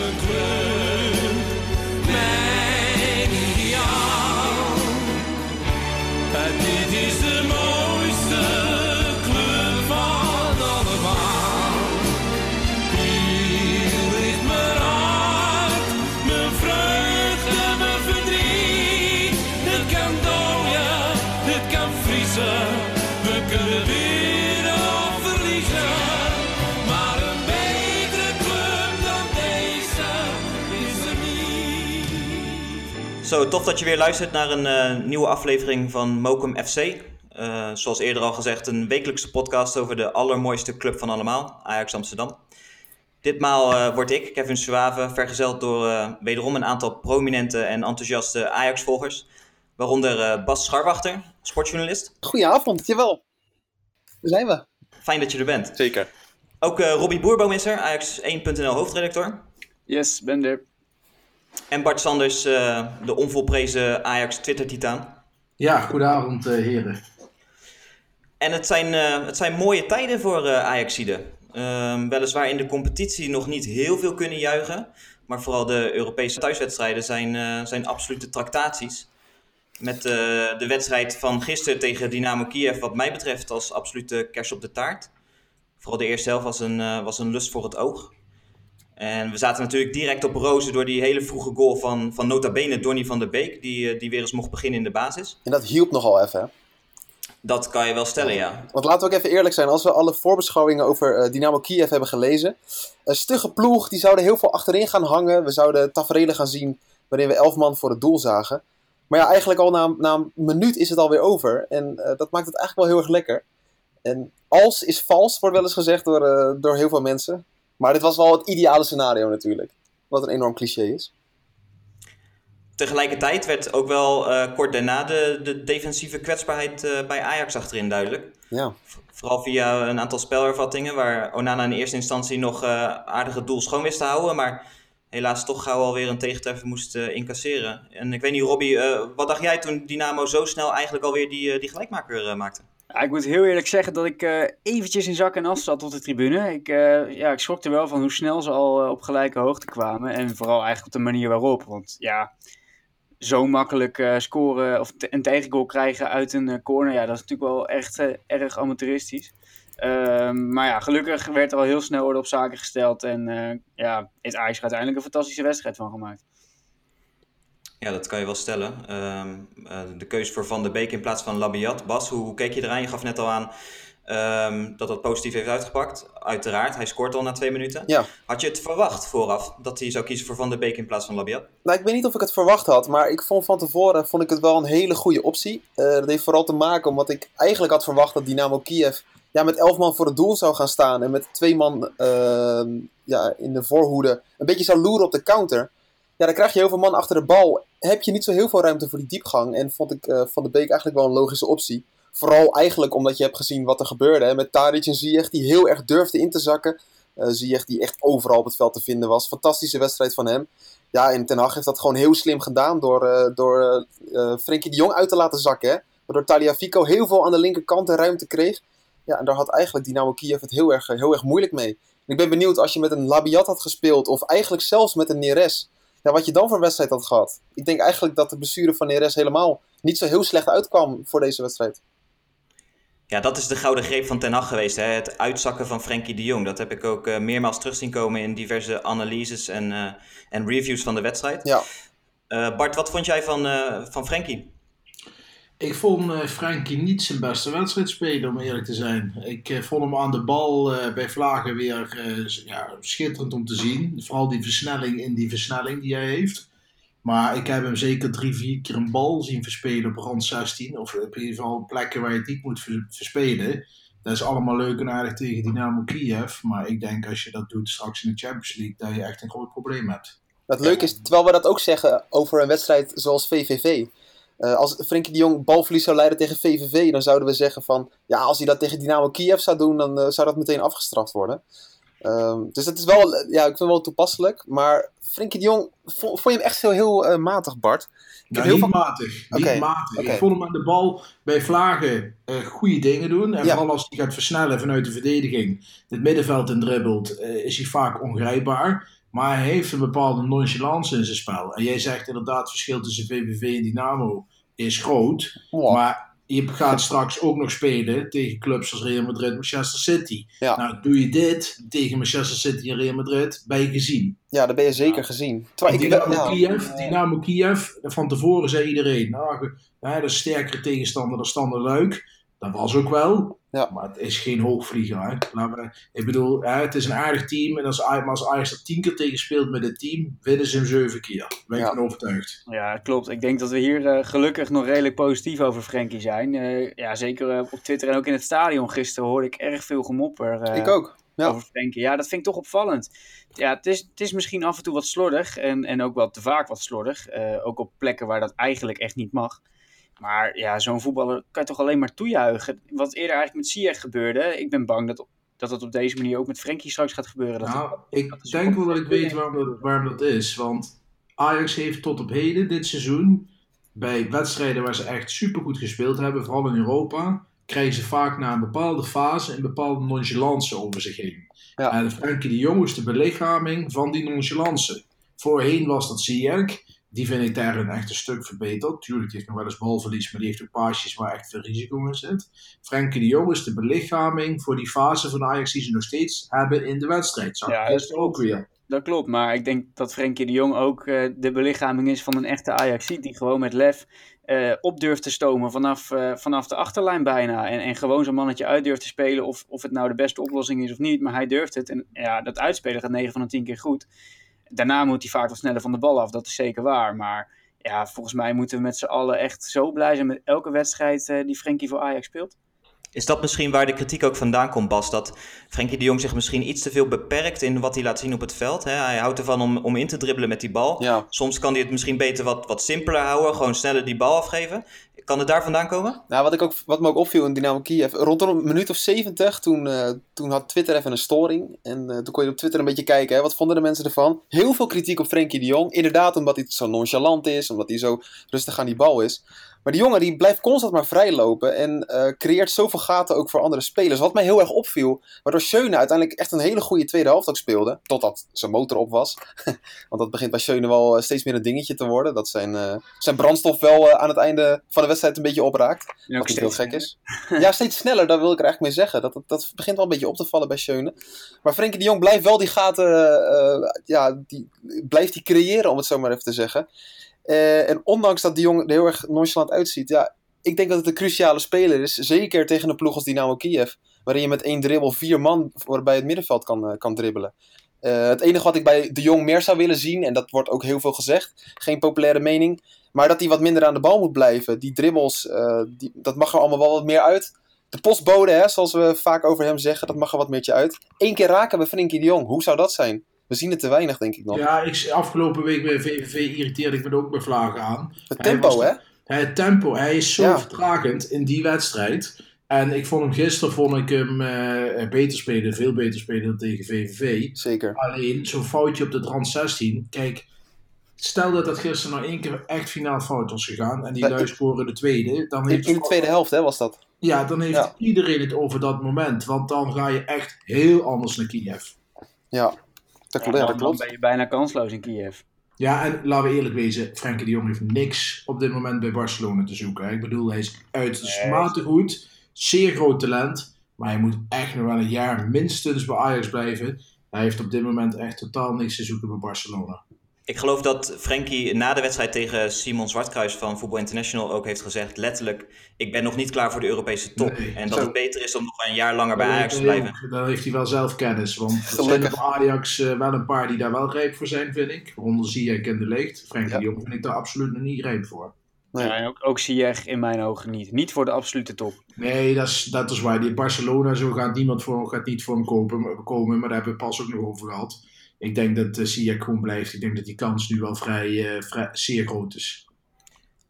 een club, mijn ideaal. Dit is de mooiste club van allemaal. Hier ligt mijn hart, mijn vreugde, mijn verdriet. Het kan dooien, het kan vriezen, we kunnen winnen of verliezen. Maar een betere club dan deze is er niet. Zo, tof dat je weer luistert naar een nieuwe aflevering van Mokum FC. Zoals eerder al gezegd, een wekelijkse podcast over de allermooiste club van allemaal, Ajax Amsterdam. Ditmaal word ik, Kevin Suave, vergezeld door wederom een aantal prominente en enthousiaste Ajax-volgers. Waaronder Bas Scharwachter, sportjournalist. Goedenavond, jawel. Daar zijn we. Fijn dat je er bent. Zeker. Ook Robbie Boerboom is er, Ajax1.nl hoofdredacteur. Yes, ben er. En Bart Sanders, de onvolprezen Ajax Twitter-titaan. Ja, goedenavond heren. En het zijn mooie tijden voor Ajaxiden. Weliswaar in de competitie nog niet heel veel kunnen juichen. Maar vooral de Europese thuiswedstrijden zijn absolute tractaties. Met de wedstrijd van gisteren tegen Dynamo Kiev wat mij betreft als absolute kers op de taart. Vooral de eerste helft was een lust voor het oog. En we zaten natuurlijk direct op rozen door die hele vroege goal van nota bene Donny van der Beek. Die weer eens mocht beginnen in de basis. En dat hielp nogal even, hè? Dat kan je wel stellen, ja. Want laten we ook even eerlijk zijn, als we alle voorbeschouwingen over Dynamo Kiev hebben gelezen. Een stugge ploeg, die zouden heel veel achterin gaan hangen. We zouden taferelen gaan zien waarin we 11 man voor het doel zagen. Maar ja, eigenlijk al na een minuut is het alweer over. En dat maakt het eigenlijk wel heel erg lekker. En als is vals, wordt wel eens gezegd door heel veel mensen. Maar dit was wel het ideale scenario natuurlijk. Wat een enorm cliché is. Tegelijkertijd werd ook wel kort daarna de defensieve kwetsbaarheid bij Ajax achterin duidelijk. Ja. Vooral via een aantal spelervattingen waar Onana in eerste instantie nog aardig het doel schoon wist te houden. Maar helaas toch gauw alweer een tegentreffer moest incasseren. En ik weet niet, Robbie, wat dacht jij toen Dynamo zo snel eigenlijk alweer die gelijkmaker maakte? Ja, ik moet heel eerlijk zeggen dat ik eventjes in zak en as zat op de tribune. Ik schrok er wel van hoe snel ze al op gelijke hoogte kwamen. En vooral eigenlijk op de manier waarop. Want ja, zo makkelijk scoren of een tegengoal krijgen uit een corner. Ja, dat is natuurlijk wel echt erg amateuristisch. Maar ja, gelukkig werd er al heel snel orde op zaken gesteld. En heeft Ajax er uiteindelijk een fantastische wedstrijd van gemaakt. Ja, dat kan je wel stellen. De keuze voor Van der Beek in plaats van Labiat. Bas, hoe keek je eraan? Je gaf net al aan dat positief heeft uitgepakt. Uiteraard, hij scoort al na 2 minuten. Ja. Had je het verwacht vooraf dat hij zou kiezen voor Van der Beek in plaats van Labiat? Nou, ik weet niet of ik het verwacht had, maar ik vond van tevoren vond ik het wel een hele goede optie. Dat heeft vooral te maken omdat ik eigenlijk had verwacht dat Dynamo Kiev met 11 man voor het doel zou gaan staan. En met 2 man in de voorhoede een beetje zou loeren op de counter. Ja, dan krijg je heel veel man achter de bal. Heb je niet zo heel veel ruimte voor die diepgang. En vond ik Van der Beek eigenlijk wel een logische optie. Vooral eigenlijk omdat je hebt gezien wat er gebeurde. Hè, met Tadic en Ziyech die heel erg durfde in te zakken. Ziyech die echt overal op het veld te vinden was. Fantastische wedstrijd van hem. Ja, en Ten Hag heeft dat gewoon heel slim gedaan door Frenkie de Jong uit te laten zakken. Hè, waardoor Tagliafico heel veel aan de linkerkant de ruimte kreeg. Ja, en daar had eigenlijk Dynamo Kiev het heel erg moeilijk mee. En ik ben benieuwd als je met een Labiat had gespeeld. Of eigenlijk zelfs met een Neres. Ja, wat je dan voor wedstrijd had gehad. Ik denk eigenlijk dat de blessure van Neres helemaal niet zo heel slecht uitkwam voor deze wedstrijd. Ja, dat is de gouden greep van Ten Hag geweest. Hè? Het uitzakken van Frenkie de Jong. Dat heb ik ook meermaals terug zien komen in diverse analyses en reviews van de wedstrijd. Ja. Bart, wat vond jij van Frenkie? Ik vond Frenkie niet zijn beste wedstrijd spelen, om eerlijk te zijn. Ik vond hem aan de bal bij Vlagen weer schitterend om te zien. Vooral die versnelling die hij heeft. Maar ik heb hem zeker 3-4 keer een bal zien verspelen op rand 16. Of op ieder geval plekken waar je het niet moet verspelen. Dat is allemaal leuk en aardig tegen Dynamo Kiev. Maar ik denk als je dat doet straks in de Champions League, dat je echt een groot probleem hebt. Het leuke is, terwijl we dat ook zeggen over een wedstrijd zoals VVV. Als Frenkie de Jong balverlies zou leiden tegen VVV, dan zouden we zeggen van... Ja, als hij dat tegen Dynamo Kiev zou doen, dan zou dat meteen afgestraft worden. Dus het is wel, ik vind het wel toepasselijk. Maar Frenkie de Jong, vond je hem echt heel matig, Bart? Matig. Okay. Ik vond hem aan de bal bij Vlagen goede dingen doen. En vooral als hij gaat versnellen vanuit de verdediging, het middenveld in dribbelt, is hij vaak ongrijpbaar. Maar hij heeft een bepaalde nonchalance in zijn spel. En jij zegt inderdaad, het verschil tussen VVV en Dynamo is groot. Wow. Maar je gaat straks ook nog spelen tegen clubs als Real Madrid en Manchester City. Ja. Nou, doe je dit tegen Manchester City en Real Madrid, ben je gezien. Ja, dat ben je zeker gezien. Terwijl Dynamo Kiev, van tevoren zei iedereen, dat is sterkere tegenstander dan Standard Luik. Dat was ook wel. Ja. Maar het is geen hoogvlieger. Hè. Ik bedoel, het is een aardig team. En als Ajax er 10 keer tegen speelt met het team, winnen ze hem 7 keer. Ben ik van overtuigd. Ja, klopt. Ik denk dat we hier gelukkig nog redelijk positief over Frenkie zijn. Zeker op Twitter en ook in het stadion gisteren hoorde ik erg veel gemopper. Ik ook. Ja. Over Frenkie. Ja, dat vind ik toch opvallend. Ja, het is misschien af en toe wat slordig. En ook wel te vaak wat slordig. Ook op plekken waar dat eigenlijk echt niet mag. Maar ja, zo'n voetballer kan je toch alleen maar toejuichen. Wat eerder eigenlijk met Ziyech gebeurde. Ik ben bang dat het op deze manier ook met Frenkie straks gaat gebeuren. Ik denk wel dat ik weet waarom dat is. Want Ajax heeft tot op heden dit seizoen, bij wedstrijden waar ze echt supergoed gespeeld hebben, vooral in Europa, krijgen ze vaak na een bepaalde fase een bepaalde nonchalance over zich heen. Ja. En Frenkie de Jong is de belichaming van die nonchalance. Voorheen was dat Ziyech. Die vind ik daarin echt een stuk verbeterd. Tuurlijk, die heeft nog wel eens balverlies, maar die heeft ook paasjes waar echt veel risico in zit. Frenkie de Jong is de belichaming voor die fase van Ajax die ze nog steeds hebben in de wedstrijd. Ja, dat is ook weer. Dat klopt, maar ik denk dat Frenkie de Jong ook de belichaming is van een echte Ajaxiet die gewoon met lef op durft te stomen vanaf de achterlijn bijna. En gewoon zo'n mannetje uit durft te spelen of het nou de beste oplossing is of niet. Maar hij durft het en ja, dat uitspelen gaat 9 van de 10 keer goed. Daarna moet hij vaak wat sneller van de bal af, dat is zeker waar. Maar ja, volgens mij moeten we met z'n allen echt zo blij zijn met elke wedstrijd die Frenkie voor Ajax speelt. Is dat misschien waar de kritiek ook vandaan komt, Bas? Dat Frenkie de Jong zich misschien iets te veel beperkt in wat hij laat zien op het veld. Hè? Hij houdt ervan om in te dribbelen met die bal. Ja. Soms kan hij het misschien beter wat simpeler houden. Gewoon sneller die bal afgeven. Kan het daar vandaan komen? Nou, wat me ook opviel in Dynamo Kiev, rondom een minuut of 70, toen had Twitter even een storing. En toen kon je op Twitter een beetje kijken, hè, wat vonden de mensen ervan? Heel veel kritiek op Frenkie de Jong. Inderdaad, omdat hij zo nonchalant is, omdat hij zo rustig aan die bal is. Maar die jongen die blijft constant maar vrijlopen en creëert zoveel gaten ook voor andere spelers. Wat mij heel erg opviel, waardoor Schöne uiteindelijk echt een hele goede tweede helft ook speelde. Totdat zijn motor op was. Want dat begint bij Schöne wel steeds meer een dingetje te worden. Dat zijn brandstof wel aan het einde van de wedstrijd een beetje opraakt. Wat niet heel gek is. Ja, steeds sneller, daar wil ik er eigenlijk mee zeggen. Dat begint wel een beetje op te vallen bij Schöne. Maar Frenkie de Jong blijft wel die gaten blijft die creëren, om het zo maar even te zeggen. En ondanks dat die jongen er heel erg nonchalant uitziet, ja, ik denk dat het een cruciale speler is. Zeker tegen een ploeg als Dynamo Kiev, waarin je met 1 dribbel 4 man voorbij het middenveld kan dribbelen. Het enige wat ik bij de Jong meer zou willen zien, en dat wordt ook heel veel gezegd, geen populaire mening, maar dat hij wat minder aan de bal moet blijven. Die dribbels, dat mag er allemaal wel wat meer uit. De postbode, hè, zoals we vaak over hem zeggen, dat mag er wat meertje uit. 1 keer raken bij Frenkie de Jong, hoe zou dat zijn? We zien het te weinig, denk ik nog. Ja, afgelopen week bij VVV irriteerde ik me ook bij Vlagen aan. Het tempo, hè? Het tempo, hij is zo vertragend in die wedstrijd. En ik vond hem gisteren beter spelen, veel beter spelen dan tegen VVV. Zeker. Alleen, zo'n foutje op de rand 16. Kijk, stel dat gisteren nog 1 keer echt finaal fout was gegaan. En die lui scoren de tweede. Dan heeft in de tweede helft, hè, was dat? Ja, dan heeft iedereen het over dat moment. Want dan ga je echt heel anders naar Kiev. Ja. Dat klopt. Dan ben je bijna kansloos in Kiev. Ja, en laten we eerlijk wezen, Frenkie de Jong heeft niks op dit moment bij Barcelona te zoeken. Ik bedoel, hij is uitermate goed, zeer groot talent, maar hij moet echt nog wel een jaar minstens bij Ajax blijven. Hij heeft op dit moment echt totaal niks te zoeken bij Barcelona. Ik geloof dat Frenkie na de wedstrijd tegen Simon Zwartkruis van Voetbal International ook heeft gezegd, letterlijk, ik ben nog niet klaar voor de Europese top. Nee, en dat het beter is om nog een jaar langer bij Ajax te blijven. Dan heeft hij wel zelf kennis, want er zijn er bij Ajax wel een paar die daar wel rijp voor zijn, vind ik. Onder Ziyech en De Ligt. Frenkie de Jong vind ik daar absoluut nog niet rijp voor. Nee. Ja, en ook Ziyech in mijn ogen niet. Niet voor de absolute top. Nee, dat is waar. Die Barcelona, zo gaat niet voor hem komen, maar daar hebben we pas ook nog over gehad. Ik denk dat Ziyech gewoon blijft. Ik denk dat die kans nu wel vrij zeer groot is.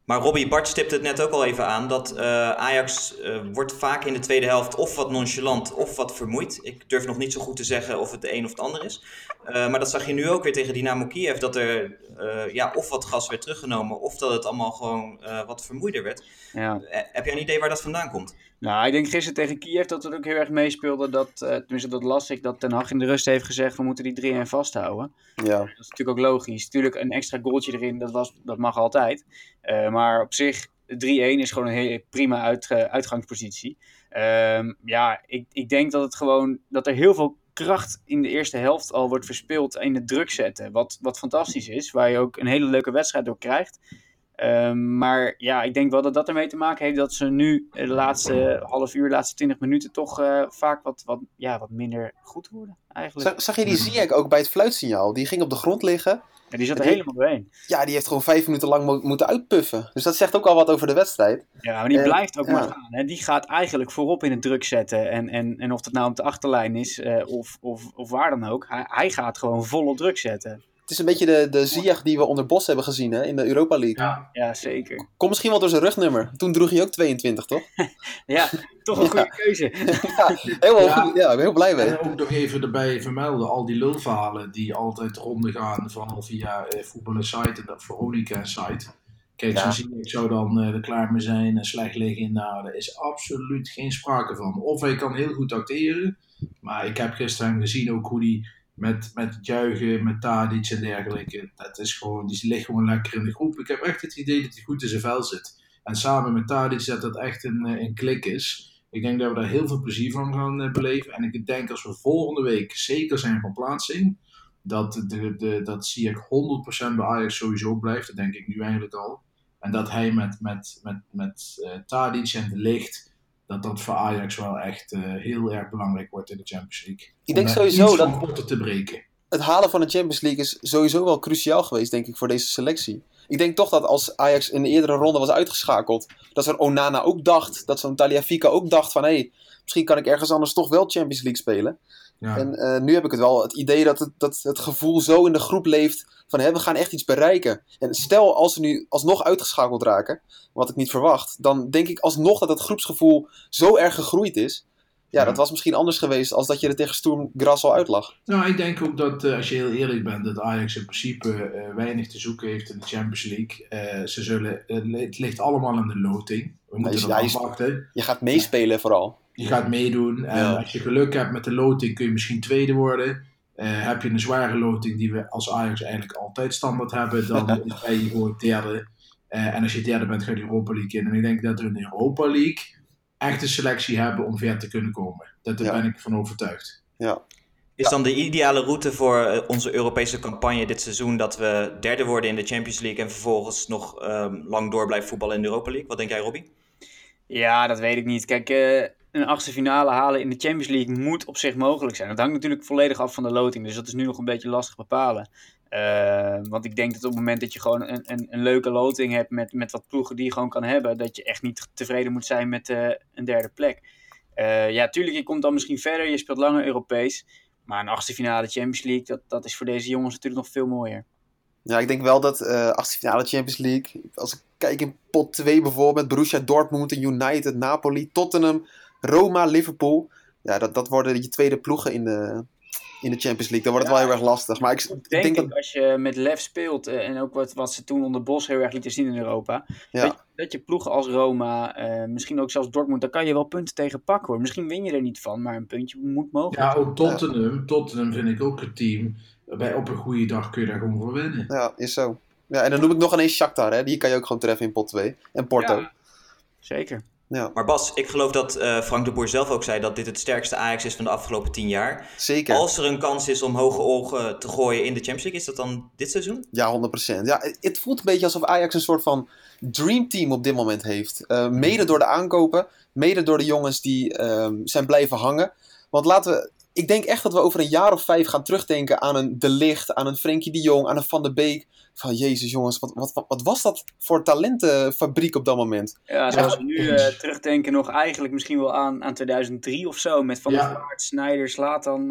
Maar Robbie, Bart stipte het net ook al even aan, dat Ajax wordt vaak in de tweede helft of wat nonchalant of wat vermoeid. Ik durf nog niet zo goed te zeggen of het de een of het ander is. Maar dat zag je nu ook weer tegen Dynamo Kiev, dat er of wat gas werd teruggenomen of dat het allemaal gewoon wat vermoeider werd. Ja. Heb jij een idee waar dat vandaan komt? Nou, ik denk gisteren tegen Kiev dat het ook heel erg meespeelde. Tenminste, dat las ik, dat Ten Hag in de rust heeft gezegd, we moeten die 3-1 vasthouden. Ja. Dat is natuurlijk ook logisch. Tuurlijk, een extra goaltje erin, dat mag altijd. Maar op zich, 3-1 is gewoon een hele prima uitgangspositie. Ik denk dat er heel veel kracht in de eerste helft al wordt verspild in het druk zetten. Wat fantastisch is, waar je ook een hele leuke wedstrijd door krijgt. Maar ja, ik denk wel dat dat ermee te maken heeft dat ze nu de laatste half uur, de laatste 20 minuten toch vaak wat minder goed worden eigenlijk. Zag je die Ziyech ook bij het fluitsignaal? Die ging op de grond liggen. Ja, die zat er helemaal doorheen. Ja, die heeft gewoon 5 minuten lang moeten uitpuffen. Dus dat zegt ook al wat over de wedstrijd. Ja, maar die blijft ook maar gaan. Hè. Die gaat eigenlijk voorop in het druk zetten. En of dat nou op de achterlijn is of waar dan ook. Hij gaat gewoon volop druk zetten. Het is een beetje de Ziyech die we onder Bos hebben gezien, hè, in de Europa League. Ja, zeker. Kom misschien wel door zijn rugnummer. Toen droeg hij ook 22, toch? Ja, toch een goede keuze. Goed. Ja, ik ben heel blij mee. En ook nog even erbij vermelden, al die lulverhalen die altijd rondgaan van via Voetbal Insight en dat Veronica site. Kijk, zo'n Ziyech zou dan er klaar mee zijn en slecht liggen. Nou, daar is absoluut geen sprake van. Of hij kan heel goed acteren, maar ik heb gisteren hem gezien ook hoe hij met het juichen, met Tadic en dergelijke. Dat is gewoon, die ligt gewoon lekker in de groep. Ik heb echt het idee dat hij goed in zijn vel zit. En samen met Tadic dat dat echt een klik is. Ik denk dat we daar heel veel plezier van gaan beleven. En ik denk als we volgende week zeker zijn van plaatsing, dat Ziyech 100% bij Ajax sowieso blijft. Dat denk ik nu eigenlijk al. En dat hij met Tadic en De Ligt, dat voor Ajax wel echt heel erg belangrijk wordt in de Champions League. Ik denk sowieso dat potten te breken. Het halen van de Champions League is sowieso wel cruciaal geweest, denk ik, voor deze selectie. Ik denk toch dat als Ajax in de eerdere ronde was uitgeschakeld, dat zo'n Onana ook dacht, dat zo'n Tagliafico ook dacht van, misschien kan ik ergens anders toch wel Champions League spelen. Ja. En nu heb ik het idee dat het gevoel zo in de groep leeft van, we gaan echt iets bereiken. En stel als ze nu alsnog uitgeschakeld raken, wat ik niet verwacht, dan denk ik alsnog dat het groepsgevoel zo erg gegroeid is. Ja, dat was misschien anders geweest als dat je er tegen Sturm Graz al uitlag. Nou, ik denk ook dat, als je heel eerlijk bent, dat Ajax in principe weinig te zoeken heeft in de Champions League. Het ligt allemaal in de loting. We moeten erop afwachten. Je gaat meespelen vooral. Je gaat meedoen. Als je geluk hebt met de loting kun je misschien tweede worden. Heb je een zware loting die we als Ajax eigenlijk altijd standaard hebben, dan ben je gewoon derde. En als je derde bent, ga je de Europa League in. En ik denk dat we in de Europa League echt een selectie hebben om ver te kunnen komen. Daar ben ik van overtuigd. Ja. Is dan de ideale route voor onze Europese campagne dit seizoen dat we derde worden in de Champions League en vervolgens nog lang door blijven voetballen in de Europa League? Wat denk jij, Robbie? Ja, dat weet ik niet. Kijk, een achtste finale halen in de Champions League moet op zich mogelijk zijn. Dat hangt natuurlijk volledig af van de loting, dus dat is nu nog een beetje lastig bepalen. Want ik denk dat op het moment dat je gewoon een leuke loting hebt met wat ploegen die je gewoon kan hebben, dat je echt niet tevreden moet zijn met een derde plek. Tuurlijk, je komt dan misschien verder, je speelt langer Europees, maar een achtste finale Champions League, dat is voor deze jongens natuurlijk nog veel mooier. Ja, ik denk wel dat achtste finale Champions League, als ik kijk in pot 2 bijvoorbeeld, met Borussia Dortmund, United, Napoli, Tottenham, Roma, Liverpool. Ja, dat worden je tweede ploegen in de Champions League. Dan wordt het wel heel erg lastig. Maar ik denk dat als je met lef speelt, en ook wat ze toen onder Bos heel erg lieten zien in Europa, dat je ploegen als Roma, misschien ook zelfs Dortmund, daar kan je wel punten tegen pakken hoor. Misschien win je er niet van, maar een puntje moet mogelijk. Ja, ook Tottenham vind ik ook een team. Op een goede dag kun je daar gewoon voor winnen. Ja, is zo. Ja, en dan noem ik nog ineens Shakhtar, hè? Die kan je ook gewoon treffen in pot 2. En Porto. Ja, zeker. Ja. Maar Bas, ik geloof dat Frank de Boer zelf ook zei dat dit het sterkste Ajax is van de afgelopen 10 jaar. Zeker. Als er een kans is om hoge ogen te gooien in de Champions League, is dat dan dit seizoen? Ja, 100%. Ja, het voelt een beetje alsof Ajax een soort van dreamteam op dit moment heeft. Mede door de aankopen, mede door de jongens die zijn blijven hangen. Want ik denk echt dat we over een jaar of 5 gaan terugdenken aan een De Ligt, aan een Frenkie de Jong, aan een Van der Beek. Van jezus jongens, wat was dat voor talentenfabriek op dat moment? Ja, zoals we nu terugdenken nog eigenlijk misschien wel aan 2003 of zo. Met Van der Vaart, Sneijder, Zlatan.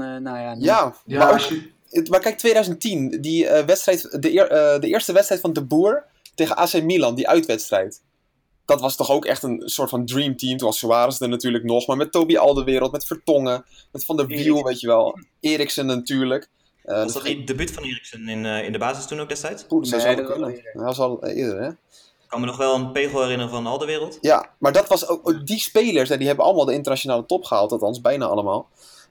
Maar kijk, 2010, die wedstrijd, de eerste wedstrijd van De Boer tegen AC Milan, die uitwedstrijd. Dat was toch ook echt een soort van dreamteam. Toen was Suarez er natuurlijk nog, maar met Toby Alderweireld, met Vertongen, met Van der Wiel, weet je wel. Eriksen natuurlijk. Was dat niet het debuut van Eriksen in de basis toen ook destijds? Goed, dat Nee, zou dat kunnen. was al eerder. Dat was al eerder, hè? Ik kan me nog wel een pegel herinneren van Alderweireld. Ja, maar dat was ook die spelers, die hebben allemaal de internationale top gehaald, althans bijna allemaal.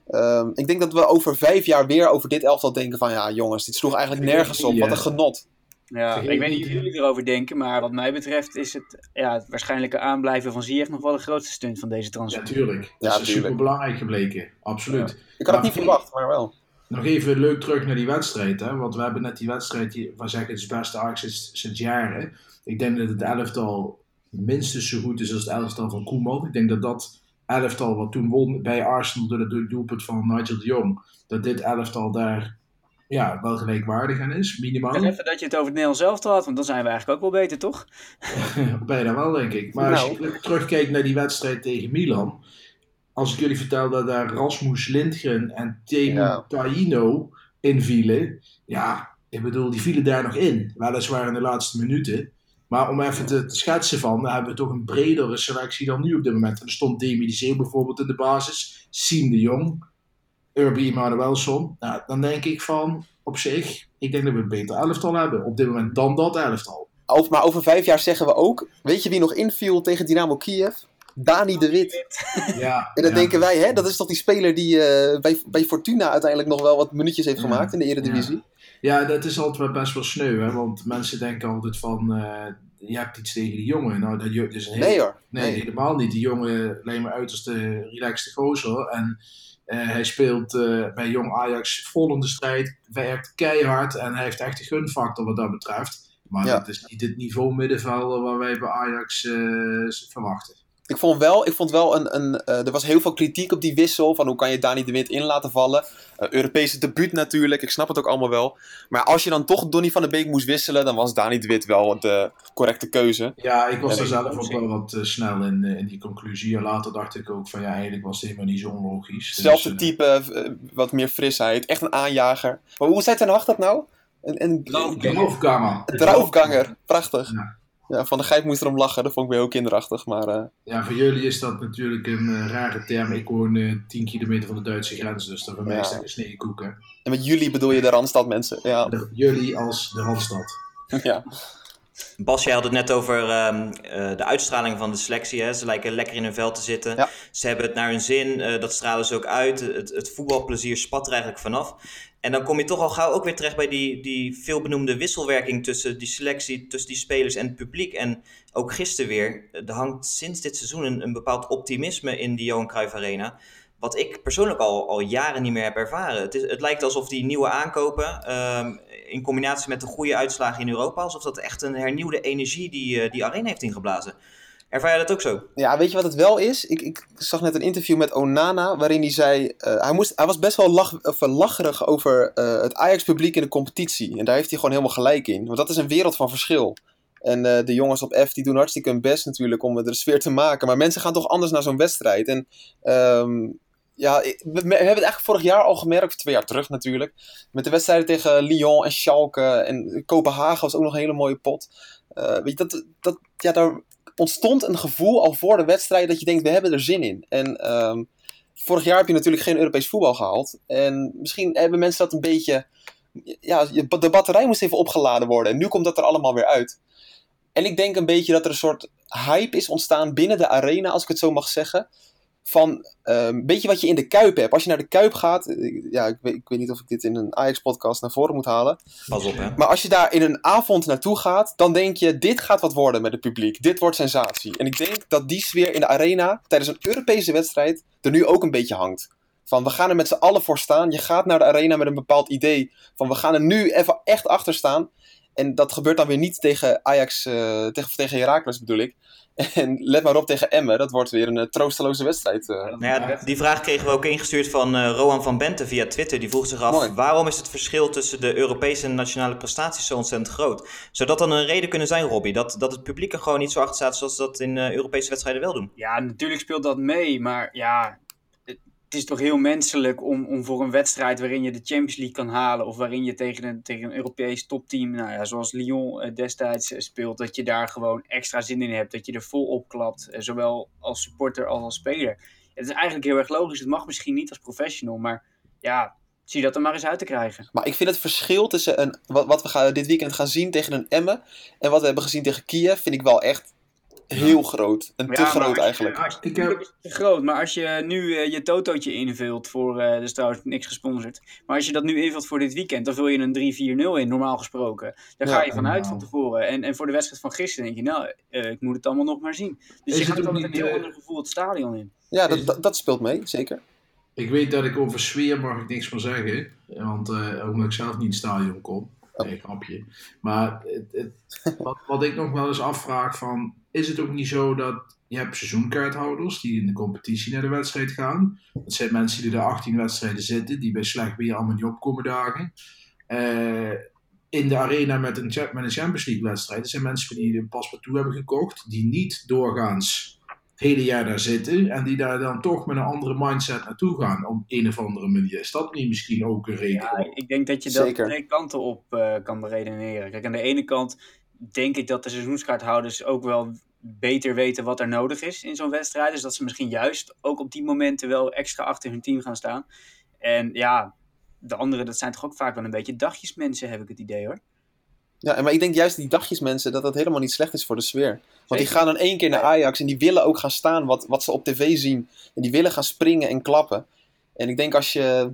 Ik denk dat we over 5 jaar weer over dit elftal denken van, ja jongens, dit sloeg eigenlijk nergens op, wat een genot. Ja, ik weet niet hoe jullie erover denken, maar wat mij betreft is het waarschijnlijke aanblijven van Ziyech nog wel de grootste stunt van deze Ja, transfer. tuurlijk. Dat is super belangrijk gebleken. Absoluut. Ik had het niet verwacht, maar wel. Nog even leuk terug naar die wedstrijd. Hè? Want we hebben net die wedstrijd, van zeggen het is het beste Ajax sinds jaren. Ik denk dat het elftal minstens zo goed is als het elftal van Koeman. Ik denk dat dat elftal wat toen won bij Arsenal door het doelpunt van Nigel de Jong, dat dit elftal daar wel gelijkwaardig aan is, minimaal. En even dat je het over het Nederlands elftal had, want dan zijn we eigenlijk ook wel beter, toch? Bijna wel, denk ik. Maar als je terugkijkt naar die wedstrijd tegen Milan, als ik jullie vertel dat daar Rasmus Lindgren en Teemu Taino invielen, ik bedoel, die vielen daar nog in. Weliswaar in de laatste minuten. Maar om even te schetsen van, dan hebben we toch een bredere selectie dan nu op dit moment. En er stond Demi de Zeeuw bijvoorbeeld in de basis, Siem de Jong, Urbi Emanuelsson. Nou, dan denk ik van, op zich, ik denk dat we een beter elftal hebben op dit moment dan dat elftal. Maar over 5 jaar zeggen we ook, weet je wie nog inviel tegen Dynamo Kiev? Dani de Wit. Ja, En dan denken wij, hè, dat is toch die speler die bij Fortuna uiteindelijk nog wel wat minuutjes heeft gemaakt in de Eredivisie? Ja, dat is altijd wel best wel sneu, hè? Want mensen denken altijd van, je hebt iets tegen die jongen. Nou, dat is een Nee hoor. Nee, helemaal niet. Die jongen lijkt me uiterst relaxed gozer. En hij speelt bij Jong Ajax vol in de strijd, werkt keihard en hij heeft echt een gunfactor wat dat betreft. Maar het is niet het niveau middenvelder waar wij bij Ajax verwachten. Ik vond wel er was heel veel kritiek op die wissel. Van hoe kan je Dani de Wit in laten vallen. Europese debuut natuurlijk. Ik snap het ook allemaal wel. Maar als je dan toch Donny van de Beek moest wisselen. Dan was Dani de Wit wel de correcte keuze. Ja, ik was er zelf ook wel wat snel in die conclusie. En later dacht ik ook van eigenlijk was het helemaal niet zo onlogisch. Hetzelfde type. Wat meer frisheid. Echt een aanjager. Maar hoe zei Ten Hag dat nou? Een draufganger. Prachtig. Ja, Van der Gijp moest erom lachen, dat vond ik weer heel kinderachtig. Maar, Ja, voor jullie is dat natuurlijk een rare term. Ik woon 10 kilometer van de Duitse grens, dus dat voor mij is dat een sneeuwkoek. Hè? En met jullie bedoel je de Randstad mensen. Ja. Jullie als de Randstad. Ja. Bas, jij had het net over de uitstraling van de selectie. Hè? Ze lijken lekker in hun vel te zitten. Ja. Ze hebben het naar hun zin. Dat stralen ze ook uit. Het voetbalplezier spat er eigenlijk vanaf. En dan kom je toch al gauw ook weer terecht bij die veelbenoemde wisselwerking tussen die selectie, tussen die spelers en het publiek. En ook gisteren weer, er hangt sinds dit seizoen een bepaald optimisme in die Johan Cruijff Arena. Wat ik persoonlijk al jaren niet meer heb ervaren. Het lijkt alsof die nieuwe aankopen, in combinatie met de goede uitslagen in Europa, alsof dat echt een hernieuwde energie die arena heeft ingeblazen. Ervaar jij dat ook zo? Ja, weet je wat het wel is? Ik zag net een interview met Onana, waarin hij zei... hij was best wel lacherig over het Ajax-publiek in de competitie. En daar heeft hij gewoon helemaal gelijk in. Want dat is een wereld van verschil. En de jongens op F die doen hartstikke hun best natuurlijk om de sfeer te maken. Maar mensen gaan toch anders naar zo'n wedstrijd. En we hebben het eigenlijk vorig jaar al gemerkt, 2 jaar terug natuurlijk. Met de wedstrijden tegen Lyon en Schalke en Kopenhagen was ook nog een hele mooie pot. Weet je, daar ontstond een gevoel al voor de wedstrijd dat je denkt, we hebben er zin in. En vorig jaar heb je natuurlijk geen Europees voetbal gehaald. En misschien hebben mensen dat een beetje... Ja, de batterij moest even opgeladen worden. En nu komt dat er allemaal weer uit. En ik denk een beetje dat er een soort hype is ontstaan binnen de arena, als ik het zo mag zeggen. Van een beetje wat je in de Kuip hebt. Als je naar de Kuip gaat... ik weet niet of ik dit in een Ajax-podcast naar voren moet halen. Pas op, hè. Maar als je daar in een avond naartoe gaat, dan denk je, dit gaat wat worden met het publiek. Dit wordt sensatie. En ik denk dat die sfeer in de arena, tijdens een Europese wedstrijd, er nu ook een beetje hangt. Van, we gaan er met z'n allen voor staan. Je gaat naar de arena met een bepaald idee. Van, we gaan er nu even echt achter staan. En dat gebeurt dan weer niet tegen Ajax, tegen Heracles bedoel ik. En let maar op tegen Emmen, dat wordt weer een troosteloze wedstrijd. Die vraag kregen we ook ingestuurd van Rohan van Bente via Twitter. Die vroeg zich af, waarom is het verschil tussen de Europese en nationale prestaties zo ontzettend groot? Zou dat dan een reden kunnen zijn, Robbie? Dat het publiek er gewoon niet zo achter staat zoals dat in Europese wedstrijden wel doen? Ja, natuurlijk speelt dat mee, maar ja... het is toch heel menselijk om voor een wedstrijd waarin je de Champions League kan halen of waarin je tegen een Europees topteam, nou ja, zoals Lyon destijds speelt, dat je daar gewoon extra zin in hebt, dat je er vol op klapt, zowel als supporter als als speler. Het is eigenlijk heel erg logisch, het mag misschien niet als professional, maar ja, zie dat er maar eens uit te krijgen. Maar ik vind het verschil tussen wat we dit weekend gaan zien tegen een Emmen en wat we hebben gezien tegen Kiev, vind ik wel echt heel groot. En te groot eigenlijk. Te groot, maar als je nu je totootje invult voor, dus trouwens niks gesponsord, maar als je dat nu invult voor dit weekend, dan vul je een 3-4-0 in, normaal gesproken. Daar ga je vanuit van tevoren. En voor de wedstrijd van gisteren denk je, ik moet het allemaal nog maar zien. Dus je gaat dan met een heel ander gevoel het stadion in. Ja, dat speelt mee, zeker. Ik weet dat ik over sfeer mag ik niks van zeggen, want omdat ik zelf niet in het stadion kom. Nee, grapje. Maar wat ik nog wel eens afvraag van, is het ook niet zo dat je hebt seizoenkaarthouders die in de competitie naar de wedstrijd gaan. Dat zijn mensen die er 18 wedstrijden zitten, die bij slecht weer allemaal niet opkomen dagen. In de arena met een Champions League wedstrijd, dat zijn mensen die een paspartout hebben gekocht, die niet doorgaans het hele jaar daar zitten en die daar dan toch met een andere mindset naartoe gaan op een of andere manier. Is dat niet misschien ook een reden? Ja, ik denk dat je dat twee kanten op kan beredeneren. Kijk, aan de ene kant denk ik dat de seizoenskaarthouders ook wel beter weten wat er nodig is in zo'n wedstrijd. Dus dat ze misschien juist ook op die momenten wel extra achter hun team gaan staan. En ja, de anderen, dat zijn toch ook vaak wel een beetje dagjesmensen, heb ik het idee hoor. Ja, maar ik denk juist die dagjesmensen dat dat helemaal niet slecht is voor de sfeer. Want die gaan dan 1 keer naar Ajax en die willen ook gaan staan wat ze op tv zien. En die willen gaan springen en klappen. En ik denk als je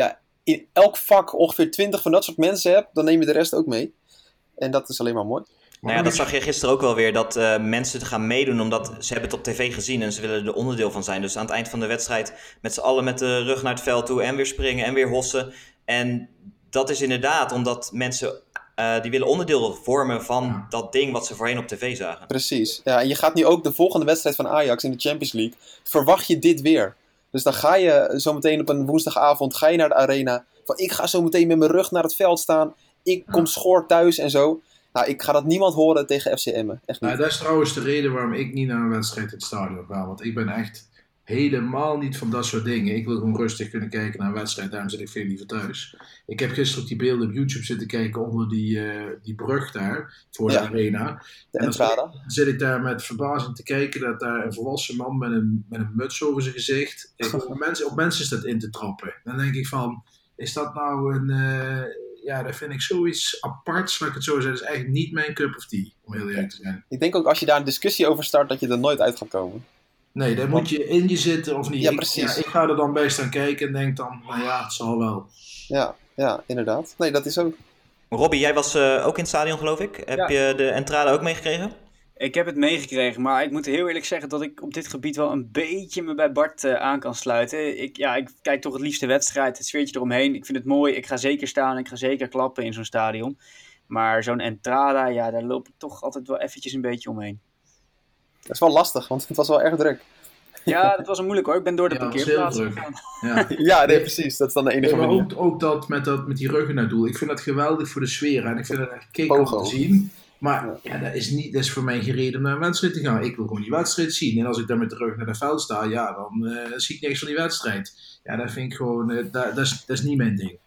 in elk vak ongeveer 20 van dat soort mensen hebt, dan neem je de rest ook mee. En dat is alleen maar mooi. Nou ja, dat zag je gisteren ook wel weer, dat mensen gaan meedoen omdat ze hebben het op tv gezien en ze willen er onderdeel van zijn. Dus aan het eind van de wedstrijd met z'n allen met de rug naar het veld toe en weer springen en weer hossen. En dat is inderdaad omdat mensen die willen onderdeel vormen van dat ding wat ze voorheen op tv zagen. Precies. Ja, en je gaat nu ook de volgende wedstrijd van Ajax in de Champions League, verwacht je dit weer. Dus dan ga je zo meteen op een woensdagavond naar de arena. Van ik ga zo meteen met mijn rug naar het veld staan. Ik kom schoor thuis en zo. Nou, ik ga dat niemand horen tegen FC Emmen. Echt niet. Nou, dat is trouwens de reden waarom ik niet naar een wedstrijd in het stadion ga. Want ik ben echt helemaal niet van dat soort dingen. Ik wil gewoon rustig kunnen kijken naar een wedstrijd. Daarom zit ik veel liever thuis. Ik heb gisteren op die beelden op YouTube zitten kijken onder die brug daar. Voor de arena. De Entrada. Dan zit ik daar met verbazing te kijken dat daar een volwassen man met een muts over zijn gezicht op mensen staat in te trappen. Dan denk ik van, is dat nou een... dat vind ik zoiets aparts, laat ik het zo zeggen. Dat is eigenlijk niet mijn cup of tea, om heel eerlijk te zijn. Ik denk ook als je daar een discussie over start, dat je er nooit uit gaat komen. Nee, daar moet je in je zitten of niet. Ja, precies. Ik ga er dan bij staan kijken en denk dan, nou ja, het zal wel. Ja, inderdaad. Nee, dat is ook. Robbie, jij was ook in het stadion, geloof ik. Heb je de Entrada ook meegekregen? Ik heb het meegekregen, maar ik moet heel eerlijk zeggen dat ik op dit gebied wel een beetje me bij Bart aan kan sluiten. Ik kijk toch het liefst de wedstrijd, het sfeertje eromheen. Ik vind het mooi, ik ga zeker staan, ik ga zeker klappen in zo'n stadion. Maar zo'n Entrada, daar loop ik toch altijd wel eventjes een beetje omheen. Dat is wel lastig, want het was wel erg druk. Ja, dat was moeilijk hoor. Ik ben door de parkeerplaats gegaan. Ja, nee, precies. Dat is dan de enige manier. Maar ook dat met die ruggen naar doel. Ik vind dat geweldig voor de sfeer en ik vind het echt kick om te zien. Maar dat is voor mij geen reden om naar een wedstrijd te gaan. Ik wil gewoon die wedstrijd zien. En als ik dan met de rug naar de veld sta, dan zie ik niks van die wedstrijd. Ja, dat vind ik gewoon, dat is niet mijn ding.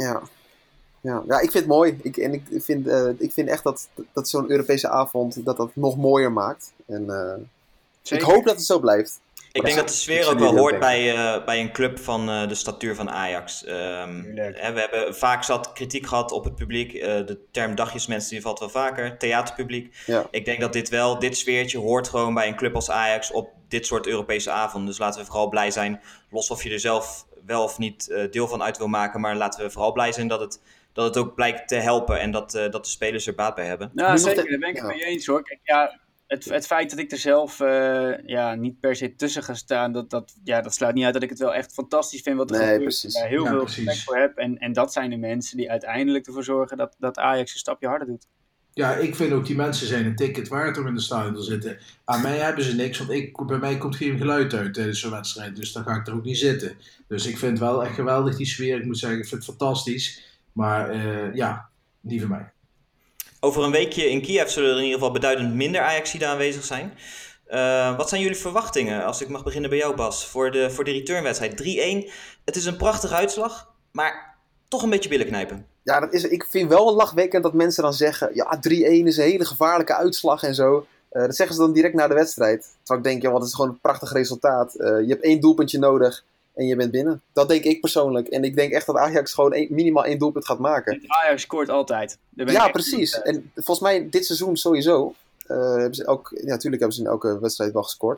Ja, ik vind het mooi. Ik vind echt dat zo'n Europese avond dat nog mooier maakt. En ik hoop dat het zo blijft. Ik denk dat de sfeer ook wel hoort bij een club van de statuur van Ajax. We hebben vaak zat kritiek gehad op het publiek. De term dagjesmensen die valt wel vaker. Theaterpubliek. Ja. Ik denk dat dit sfeertje hoort gewoon bij een club als Ajax op dit soort Europese avonden. Dus laten we vooral blij zijn. Los of je er zelf wel of niet deel van uit wil maken. Maar laten we vooral blij zijn dat het ook blijkt te helpen. En dat de spelers er baat bij hebben. Nou, zeker. Daar ben ik het mee eens hoor. Kijk, het feit dat ik er zelf niet per se tussen ga staan, dat sluit niet uit dat ik het wel echt fantastisch vind wat er gebeurt. Precies. Daar heel veel respect voor heb. En dat zijn de mensen die uiteindelijk ervoor zorgen dat Ajax een stapje harder doet. Ja, ik vind ook die mensen zijn een ticket waard om in de stadion te zitten. Aan mij hebben ze niks, want bij mij komt geen geluid uit tijdens zo'n wedstrijd. Dus dan ga ik er ook niet zitten. Dus ik vind wel echt geweldig die sfeer. Ik moet zeggen, ik vind het fantastisch. Maar niet voor mij. Over een weekje in Kiev zullen er in ieder geval beduidend minder Ajaxiden aanwezig zijn. Wat zijn jullie verwachtingen, als ik mag beginnen bij jou Bas, voor de returnwedstrijd? 3-1, het is een prachtige uitslag, maar toch een beetje billen knijpen. Ja, ik vind wel lachwekkend dat mensen dan zeggen, ja, 3-1 is een hele gevaarlijke uitslag en zo. Dat zeggen ze dan direct na de wedstrijd. Terwijl ik denk, ja, wat is gewoon een prachtig resultaat. Je hebt 1 doelpuntje nodig en je bent binnen. Dat denk ik persoonlijk. En ik denk echt dat Ajax gewoon minimaal 1 doelpunt gaat maken. Ajax scoort altijd. Ja, precies. En volgens mij dit seizoen sowieso. Natuurlijk hebben ze in elke wedstrijd wel gescoord.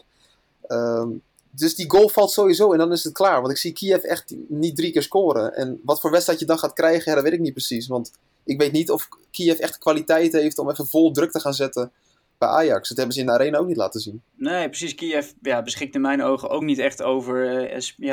Dus die goal valt sowieso en dan is het klaar. Want ik zie Kiev echt niet 3 keer scoren. En wat voor wedstrijd je dan gaat krijgen, dat weet ik niet precies. Want ik weet niet of Kiev echt de kwaliteit heeft om even vol druk te gaan zetten bij Ajax. Dat hebben ze in de arena ook niet laten zien. Nee, precies. Kiev beschikt in mijn ogen ook niet echt over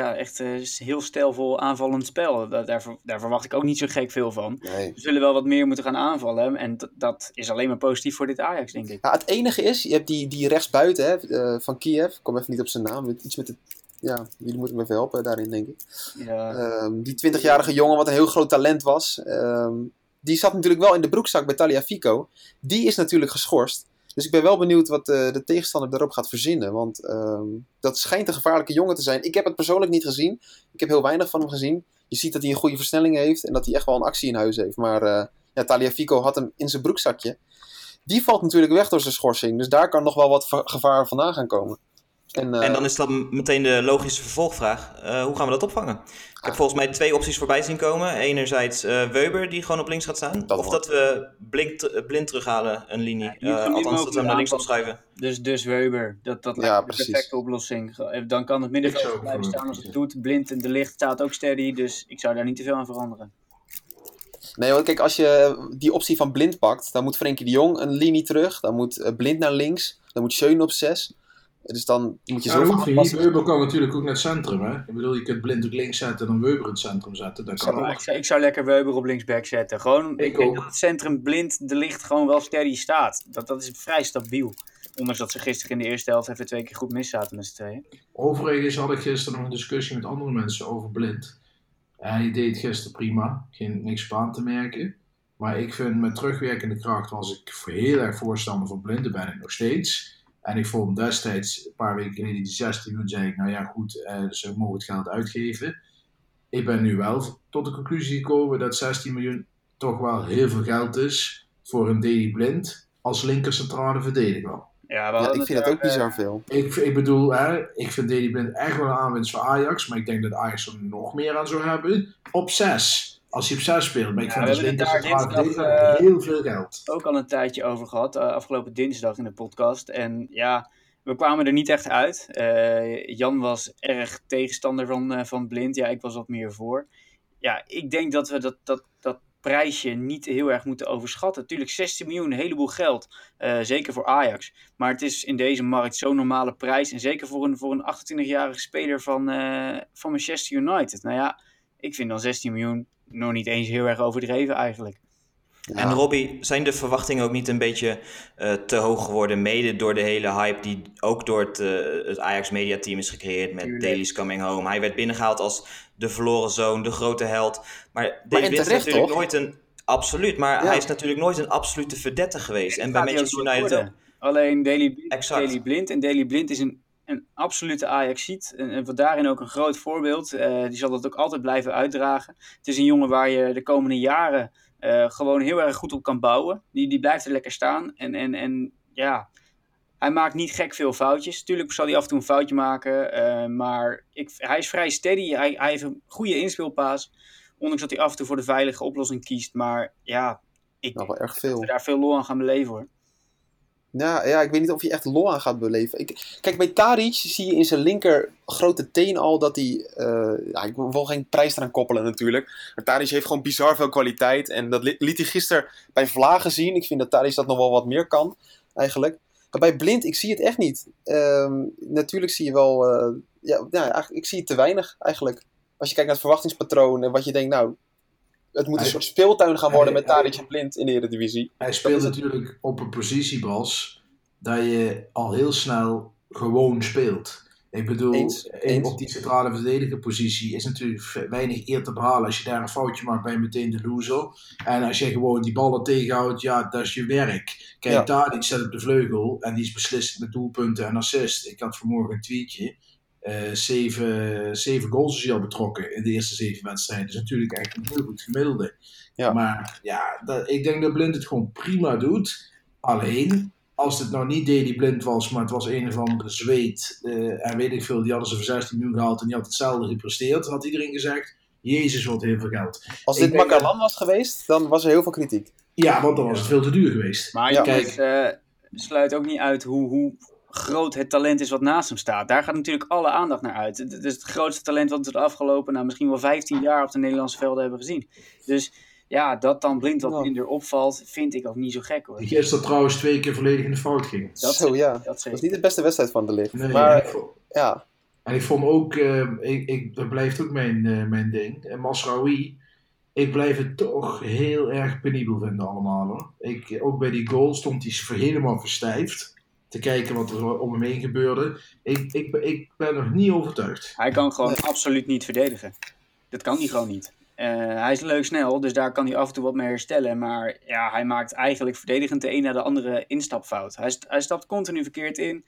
heel stijlvol aanvallend spel. Daar verwacht ik ook niet zo gek veel van. Nee. We zullen wel wat meer moeten gaan aanvallen. En dat is alleen maar positief voor dit Ajax, denk ik. Ja, het enige is, je hebt die rechtsbuiten van Kiev. Ik kom even niet op zijn naam. Iets met jullie moeten me even helpen daarin, denk ik. Ja. Die 20-jarige jongen, wat een heel groot talent was. Die zat natuurlijk wel in de broekzak bij Tagliafico. Die is natuurlijk geschorst. Dus ik ben wel benieuwd wat de tegenstander daarop gaat verzinnen. Want dat schijnt een gevaarlijke jongen te zijn. Ik heb het persoonlijk niet gezien. Ik heb heel weinig van hem gezien. Je ziet dat hij een goede versnelling heeft. En dat hij echt wel een actie in huis heeft. Maar Tagliafico had hem in zijn broekzakje. Die valt natuurlijk weg door zijn schorsing. Dus daar kan nog wel wat gevaar vandaan gaan komen. En dan is dat meteen de logische vervolgvraag. Hoe gaan we dat opvangen? Ik heb volgens mij 2 opties voorbij zien komen. Enerzijds Weber, die gewoon op links gaat staan. Dat we blind terughalen, een linie. Althans, dat we hem naar links opschuiven. Dus Weber, dat lijkt de perfecte oplossing. Dan kan het middenveld blijven staan als het doet. Blind en De Ligt staat ook steady. Dus ik zou daar niet te veel aan veranderen. Nee, want kijk, als je die optie van Blind pakt, dan moet Frenkie de Jong een linie terug. Dan moet Blind naar links. Dan moet Schöne op 6. Dus dan moet je zo aanpassen. Weber kan natuurlijk ook naar het centrum. Hè? Ik bedoel, je kunt Blind op links zetten en dan Weber in het centrum zetten. Dat kan ik zou lekker Weber op linksback zetten. Gewoon, ik denk dat het centrum Blind De Ligt gewoon wel steady staat. Dat is vrij stabiel. Ondanks dat ze gisteren in de eerste helft even 2 keer goed mis zaten met z'n tweeën. Overigens had ik gisteren nog een discussie met andere mensen over Blind. Hij deed gisteren prima. Niks op aan te merken. Maar ik vind met terugwerkende kracht was ik heel erg voorstander van Blind. Daar ben ik nog steeds. En ik vond destijds, een paar weken geleden, die 16 miljoen, zei ik, nou ja goed, ze mogen het geld uitgeven. Ik ben nu wel tot de conclusie gekomen dat 16 miljoen toch wel heel veel geld is voor een Daley Blind als linker centrale verdediger. Ja, ik vind het ook bizar veel. Ik bedoel, ik vind Daley Blind echt wel een aanwinst voor Ajax, maar ik denk dat Ajax er nog meer aan zou hebben. Op 6. Als hij op 6 speelt, maar ik vind als linker centrale verdediger heel veel geld. Ook al een tijdje over gehad, afgelopen dinsdag in de podcast. En ja, we kwamen er niet echt uit. Jan was erg tegenstander van Blind. Ja, ik was wat meer voor. Ja, ik denk dat we dat prijsje niet heel erg moeten overschatten. Natuurlijk 16 miljoen, een heleboel geld. Zeker voor Ajax. Maar het is in deze markt zo'n normale prijs. En zeker voor een 28-jarige speler van Manchester United. Nou ja, ik vind dan 16 miljoen nog niet eens heel erg overdreven eigenlijk. Ja. En Robbie, zijn de verwachtingen ook niet een beetje te hoog geworden? Mede door de hele hype die ook door het Ajax Media Team is gecreëerd met Daley's Coming Home. Hij werd binnengehaald als de verloren zoon, de grote held. Maar Daley Blind is natuurlijk nooit een... Absoluut, maar hij is natuurlijk nooit een absolute verdette geweest. En bij Manchester United ook. Alleen Daley Blind. En Daley Blind is een absolute Ajaxiet. En wat daarin ook een groot voorbeeld. Die zal dat ook altijd blijven uitdragen. Het is een jongen waar je de komende jaren gewoon heel erg goed op kan bouwen. Die blijft er lekker staan. En ja, hij maakt niet gek veel foutjes. Tuurlijk zal hij af en toe een foutje maken. Maar hij is vrij steady. Hij heeft een goede inspeelpaas. Ondanks dat hij af en toe voor de veilige oplossing kiest. Maar ja, ik denk dat we daar veel lol aan gaan beleven hoor. Ja, ik weet niet of je echt lol aan gaat beleven. Kijk, bij Tadic zie je in zijn linker grote teen al dat hij... ik wil geen prijs eraan koppelen natuurlijk. Maar Tadic heeft gewoon bizar veel kwaliteit. En dat liet hij gisteren bij Vlagen zien. Ik vind dat Tadic dat nog wel wat meer kan, eigenlijk. Maar bij Blind, ik zie het echt niet. Natuurlijk zie je wel... eigenlijk, ik zie het te weinig, eigenlijk. Als je kijkt naar het verwachtingspatroon en wat je denkt, nou... Het moet een soort speeltuin gaan worden met Tadic en Blind in de Eredivisie. Hij speelt natuurlijk op een positie, Bas, dat je al heel snel gewoon speelt. Ik bedoel, Eens. op die centrale verdedigerpositie is natuurlijk weinig eer te behalen. Als je daar een foutje maakt, ben je meteen de loser. En als je gewoon die ballen tegenhoudt, ja, dat is je werk. Kijk, Tadic staat op de vleugel en die is beslist met doelpunten en assist. Ik had vanmorgen een tweetje. 7 goals is hij al betrokken in de eerste 7 wedstrijden. Dat is natuurlijk echt een heel goed gemiddelde. Ja. Maar ja, ik denk dat Blind het gewoon prima doet. Alleen, als het nou niet Daley Blind was, maar het was een of andere Zweed. En weet ik veel, die hadden ze voor 16 miljoen gehaald en die had hetzelfde gepresteerd, had iedereen gezegd. Jezus, wat heel veel geld. Als dit Makalan was geweest, dan was er heel veel kritiek. Ja, want dan was het veel te duur geweest. Maar je sluit ook niet uit hoe groot het talent is wat naast hem staat. Daar gaat natuurlijk alle aandacht naar uit. Het is het grootste talent wat we de afgelopen, misschien wel 15 jaar op de Nederlandse velden hebben gezien. Dus ja, dat dan Blind wat minder opvalt, vind ik ook niet zo gek hoor. Die gisteren trouwens 2 keer volledig in de fout ging. Dat was niet de beste wedstrijd van de Ligt. Nee, maar ja. En ik vond ook, dat blijft ook mijn ding. En Mazraoui, ik blijf het toch heel erg penibel vinden allemaal hoor. Ook bij die goal stond hij helemaal verstijfd. Te kijken wat er om hem heen gebeurde. Ik ben nog niet overtuigd. Hij kan gewoon absoluut niet verdedigen. Dat kan hij gewoon niet. Hij is leuk snel, dus daar kan hij af en toe wat mee herstellen. Maar ja, hij maakt eigenlijk verdedigend de een na de andere instapfout. Hij stapt continu verkeerd in.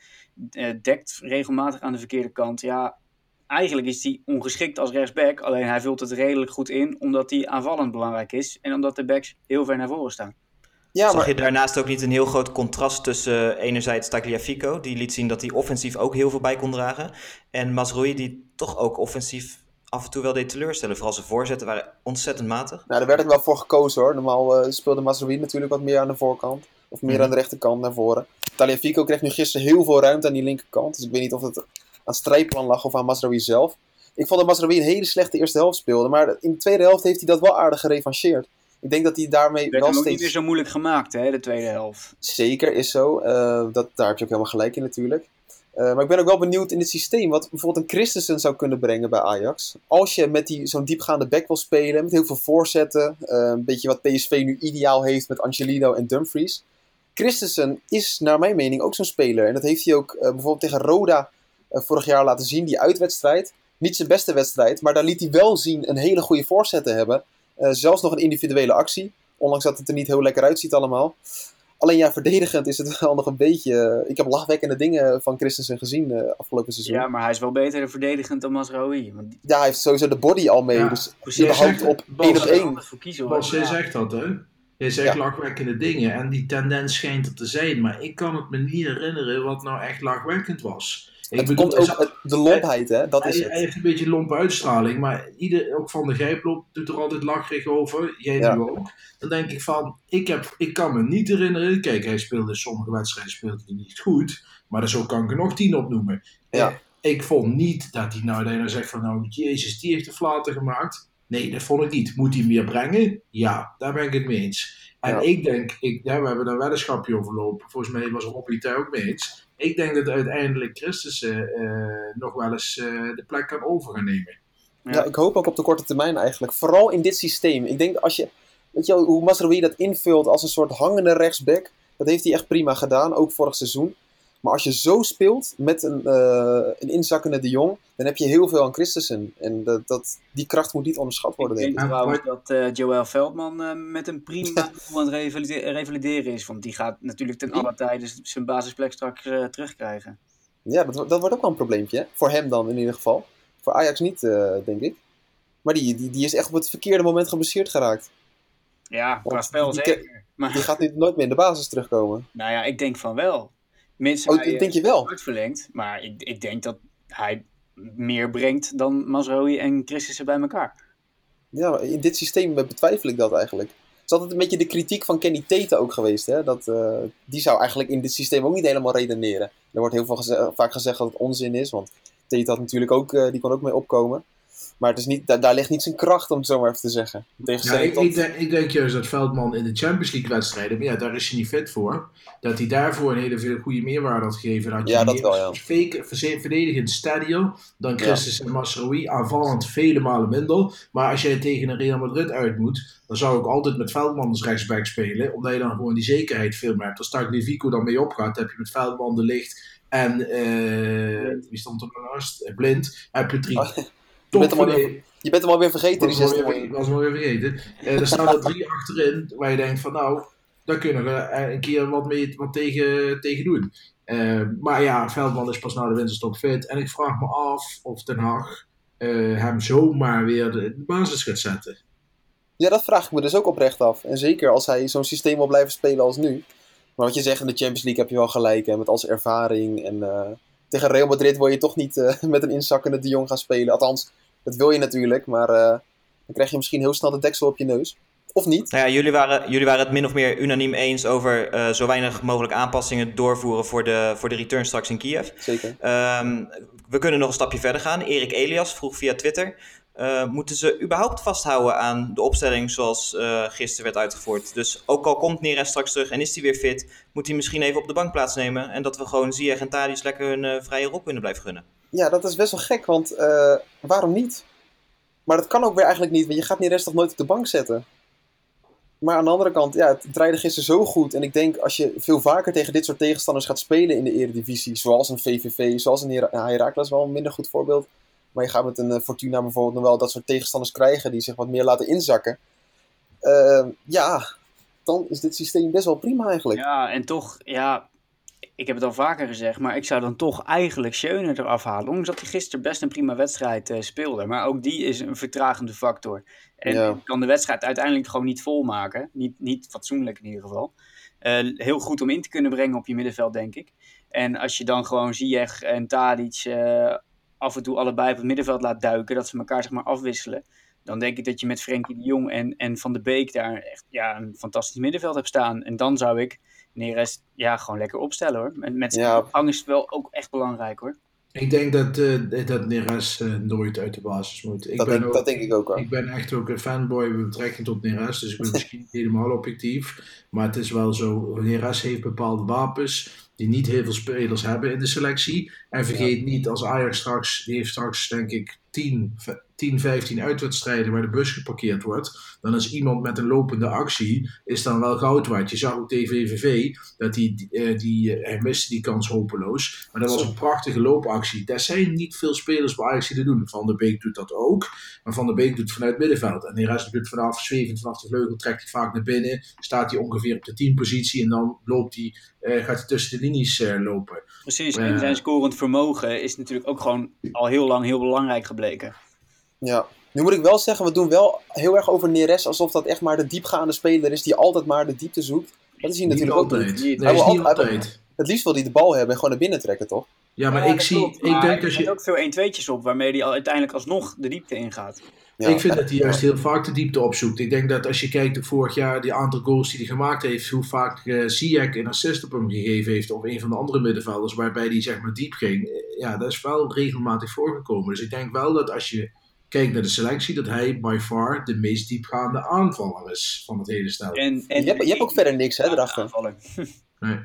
Dekt regelmatig aan de verkeerde kant. Ja, eigenlijk is hij ongeschikt als rechtsback. Alleen hij vult het redelijk goed in, omdat hij aanvallend belangrijk is. En omdat de backs heel ver naar voren staan. Ja, zag je daarnaast ook niet een heel groot contrast tussen enerzijds Tagliafico, die liet zien dat hij offensief ook heel veel bij kon dragen. En Mazraoui, die toch ook offensief af en toe wel deed teleurstellen. Vooral zijn voorzetten waren ontzettend matig. Nou, daar werd ook wel voor gekozen hoor. Normaal speelde Mazraoui natuurlijk wat meer aan de voorkant. Of meer aan de rechterkant naar voren. Tagliafico kreeg nu gisteren heel veel ruimte aan die linkerkant. Dus ik weet niet of het aan het strijdplan lag of aan Mazraoui zelf. Ik vond dat Mazraoui een hele slechte eerste helft speelde. Maar in de tweede helft heeft hij dat wel aardig gerevancheerd. Ik denk dat hij daarmee wel steeds... Het niet weer zo moeilijk gemaakt, hè, de tweede helft. Zeker, is zo. Daar heb je ook helemaal gelijk in natuurlijk. Maar ik ben ook wel benieuwd in het systeem wat bijvoorbeeld een Christensen zou kunnen brengen bij Ajax. Als je met zo'n diepgaande back wil spelen, met heel veel voorzetten. Een beetje wat PSV nu ideaal heeft met Angelino en Dumfries. Christensen is naar mijn mening ook zo'n speler. En dat heeft hij ook bijvoorbeeld tegen Roda vorig jaar laten zien, die uitwedstrijd. Niet zijn beste wedstrijd, maar daar liet hij wel zien een hele goede voorzet te hebben. Zelfs nog een individuele actie. Ondanks dat het er niet heel lekker uitziet allemaal. Alleen ja, verdedigend is het wel nog een beetje... ik heb lachwekkende dingen van Christensen gezien afgelopen seizoen. Ja, maar hij is wel beter verdedigend dan Mazraoui. Ja, hij heeft sowieso de body al mee. Ja, dus precies. überhaupt op 1-op-1. Bas, jij zegt dat hè? Jij zegt lachwekkende dingen. En die tendens schijnt er te zijn. Maar ik kan het me niet herinneren wat nou echt lachwekkend was. Het komt ook de lompheid, hè? Dat is het. Hij heeft een beetje lompe uitstraling, maar ook Van de Gijp doet er altijd lacherig over. Jij nu ook. Dan denk ik van, ik kan me niet herinneren. Kijk, hij speelde sommige wedstrijden niet goed, maar zo kan ik er nog 10 opnoemen. Ja. Ik vond niet dat hij nou zegt van, jezus, die heeft de flaten gemaakt. Nee, dat vond ik niet. Moet hij meer brengen? Ja, daar ben ik het mee eens. En ik denk, we hebben een weddenschapje overlopen. Volgens mij was Robbie het daar ook mee eens. Ik denk dat uiteindelijk Christensen nog wel eens de plek kan over gaan nemen. Ja, ik hoop ook op de korte termijn eigenlijk. Vooral in dit systeem. Ik denk als je... Weet je hoe Mazraoui dat invult als een soort hangende rechtsback. Dat heeft hij echt prima gedaan, ook vorig seizoen. Maar als je zo speelt met een inzakkende De Jong, dan heb je heel veel aan Christensen. En die kracht moet niet onderschat worden, denk ik. Ik denk trouwens dat Joël Veldman met een prima doel aan het revalideren is. Want die gaat natuurlijk ten alle tijde zijn basisplek straks terugkrijgen. Ja, dat wordt ook wel een probleempje. Hè? Voor hem dan in ieder geval. Voor Ajax niet, denk ik. Maar die is echt op het verkeerde moment geblesseerd geraakt. Ja, qua spel zeker. Maar die gaat nu nooit meer in de basis terugkomen. Nou ja, ik denk van wel. Denk je wel? Uitverlengd, maar ik denk dat hij meer brengt dan Mazraoui en Christensen bij elkaar. Ja, maar in dit systeem betwijfel ik dat eigenlijk. Het is altijd een beetje de kritiek van Kenny Tete ook geweest. Hè? Die zou eigenlijk in dit systeem ook niet helemaal redeneren. Er wordt heel vaak gezegd dat het onzin is, want Tete had natuurlijk ook, die kon ook mee opkomen. Maar het is niet, daar ligt niet zijn kracht, om het zo maar even te zeggen. Ik denk juist dat Veldman in de Champions League wedstrijden, maar daar is hij niet fit voor, dat hij daarvoor een hele veel goede meerwaarde had gegeven. Dat wel. Verdedigend stadio dan Christensen en Mazraoui, aanvallend vele malen minder. Maar als jij tegen een Real Madrid uit moet, dan zou ik altijd met Veldman als rechtsback spelen, omdat je dan gewoon die zekerheid veel meer hebt. Als Tagliafico dan mee opgaat, heb je met Veldman, De Ligt En wie stond er nog naast? Blind. Heb je 3 Oh, je bent hem alweer vergeten, die 16 miljoen. Ik was hem alweer vergeten. Er staan er 3 achterin waar je denkt van nou, daar kunnen we een keer wat tegen doen. Maar ja, Veldman is pas na de winterstop fit. En ik vraag me af of Ten Hag hem zomaar weer de basis gaat zetten. Ja, dat vraag ik me dus ook oprecht af. En zeker als hij zo'n systeem wil blijven spelen als nu. Maar wat je zegt, in de Champions League heb je wel gelijk. Hè, met als ervaring. En tegen Real Madrid wil je toch niet met een inzakkende De Jong gaan spelen. Althans, dat wil je natuurlijk. Maar dan krijg je misschien heel snel de deksel op je neus. Of niet? Nou ja, jullie waren het min of meer unaniem eens over zo weinig mogelijk aanpassingen doorvoeren voor de return straks in Kiev. Zeker. We kunnen nog een stapje verder gaan. Erik Elias vroeg via Twitter. Moeten ze überhaupt vasthouden aan de opstelling zoals gisteren werd uitgevoerd? Dus ook al komt Neres straks terug en is hij weer fit, moet hij misschien even op de bank plaatsnemen. En dat we gewoon Ziyech en Tadic lekker hun vrije rol kunnen blijven gunnen. Ja, dat is best wel gek, want waarom niet? Maar dat kan ook weer eigenlijk niet, want je gaat Neres toch nooit op de bank zetten? Maar aan de andere kant, ja, het draaide gisteren zo goed. En ik denk, als je veel vaker tegen dit soort tegenstanders gaat spelen in de Eredivisie, zoals een VVV, zoals een Heracles, wel een minder goed voorbeeld. Maar je gaat met een Fortuna bijvoorbeeld nog wel dat soort tegenstanders krijgen die zich wat meer laten inzakken. Ja, dan is dit systeem best wel prima eigenlijk. Ja, en toch, ja, ik heb het al vaker gezegd, maar ik zou dan toch eigenlijk Schöne eraf halen. Ondanks dat hij gisteren best een prima wedstrijd speelde. Maar ook die is een vertragende factor. En kan de wedstrijd uiteindelijk gewoon niet volmaken. Niet fatsoenlijk in ieder geval. Heel goed om in te kunnen brengen op je middenveld, denk ik. En als je dan gewoon Ziyech en Tadic af en toe allebei op het middenveld laat duiken, dat ze elkaar zeg maar afwisselen, dan denk ik dat je met Frenkie de Jong en Van de Beek daar echt een fantastisch middenveld hebt staan. En dan zou ik Neres gewoon lekker opstellen hoor. Met zijn opvang is het wel ook echt belangrijk hoor. Ik denk dat Neres nooit uit de basis moet. Dat denk ik ook wel. Ik ben echt ook een fanboy met betrekking tot Neres, dus ik ben misschien niet helemaal objectief. Maar het is wel zo, Neres heeft bepaalde wapens die niet heel veel spelers hebben in de selectie. En vergeet niet, als Ajax die heeft straks denk ik 10, 15 uitwedstrijden waar de bus geparkeerd wordt, dan is iemand met een lopende actie, is dan wel goud waard. Je zag ook tegen VVV, dat hij miste die kans hopeloos, maar dat was een prachtige loopactie. Er zijn niet veel spelers bij Ajax die dat doen. Van der Beek doet dat ook, maar Van der Beek doet het vanuit middenveld. En de rest doet vanaf zwevend vanaf de vleugel, trekt hij vaak naar binnen, staat hij ongeveer op de 10 positie en dan gaat hij tussen de linies lopen. Precies, en zijn scorend vermogen is natuurlijk ook gewoon al heel lang heel belangrijk gebleken. Ja, nu moet ik wel zeggen, we doen wel heel erg over Neres alsof dat echt maar de diepgaande speler is die altijd maar de diepte zoekt. Dat is hij natuurlijk ook niet. Nee, is niet altijd. Het liefst wil hij de bal hebben en gewoon naar binnen trekken, toch? Ja, maar ik denk als je ook veel 1-2'tjes op waarmee hij uiteindelijk alsnog de diepte ingaat. Ja, ik vind dat hij juist heel vaak de diepte opzoekt. Ik denk dat als je kijkt op vorig jaar, die aantal goals die hij gemaakt heeft, hoe vaak Ziyech een assist op hem gegeven heeft, of een van de andere middenvelders, waarbij hij zeg maar diep ging. Ja, dat is wel regelmatig voorgekomen. Dus ik denk wel dat als je kijkt naar de selectie, dat hij by far de meest diepgaande aanvaller is van het hele stel. En je hebt ook verder niks, hè, erachter. Nee.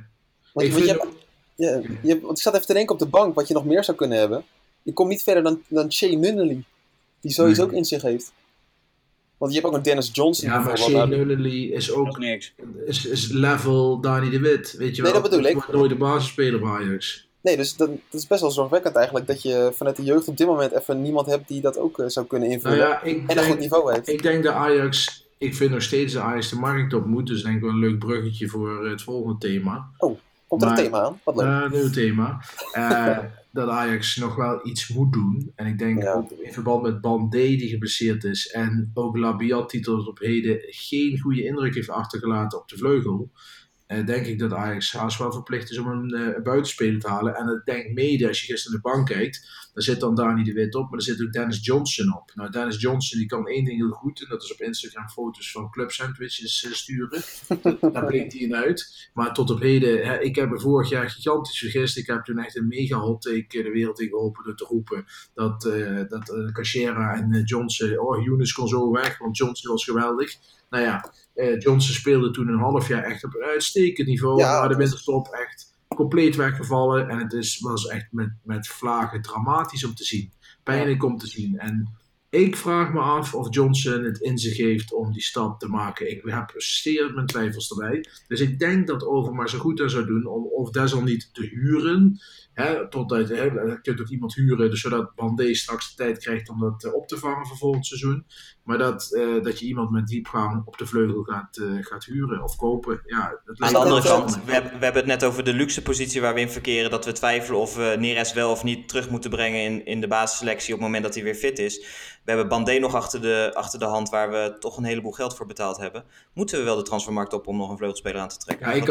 Want ik zat even te denken op de bank, wat je nog meer zou kunnen hebben. Je komt niet verder dan Shea Nunnally, die sowieso ook in zich heeft. Want je hebt ook een Dennis Johnson. Ja, maar Shea Nunnally is ook niks. Is level Dani de Wit, weet je wel. Nee, dat bedoel ik. Wordt nooit de basisspeler bij Ajax. Nee, dus dat is best wel zorgwekkend eigenlijk, dat je vanuit de jeugd op dit moment even niemand hebt die dat ook zou kunnen invullen. En een goed niveau heeft. Ik denk dat Ajax, ik vind nog steeds dat Ajax de markt op moet, dus denk ik wel een leuk bruggetje voor het volgende thema. Oh, komt er een thema aan? Wat leuk. Een nieuw thema. Dat Ajax nog wel iets moet doen. En ik denk ook in verband met Bandé die geblesseerd is en ook Labiat die tot op heden geen goede indruk heeft achtergelaten op de vleugel. Denk ik dat Ajax haast wel verplicht is om een buitenspeler te halen. En ik denk mede, als je gisteren naar de bank kijkt, daar zit dan Dani de Wit op, maar er zit ook Dennis Johnson op. Nou, Dennis Johnson die kan één ding heel goed, en dat is op Instagram foto's van clubsandwiches sturen. Daar blinkt hij in uit. Maar tot op heden, ik heb me vorig jaar gigantisch vergist. Ik heb toen echt een mega hot take de wereld in geholpen door te roepen dat Cachera en Johnson, Younes kon zo weg, want Johnson was geweldig. Nou ja, Johnson speelde toen een half jaar echt op een uitstekend niveau. Maar de winterstop echt compleet weggevallen. En het was echt met vlagen dramatisch om te zien. Pijnlijk om te zien. En Ik vraag me af of Johnson het in zich heeft om die stap te maken. Ik heb zeer mijn twijfels erbij. Dus ik denk dat Overmars er goed aan zou doen om of desalniet te huren. Totdat je kunt ook iemand huren, dus zodat Bandé straks de tijd krijgt om dat op te vangen voor volgend seizoen. Maar dat je iemand met diepgang op de vleugel gaat huren of kopen. Ja, aan de andere kant, we hebben het net over de luxe positie waar we in verkeren. Dat we twijfelen of we Neres wel of niet terug moeten brengen in de basisselectie op het moment dat hij weer fit is. We hebben Bandé nog achter de hand waar we toch een heleboel geld voor betaald hebben. Moeten we wel de transfermarkt op om nog een vleugelspeler aan te trekken? Ja,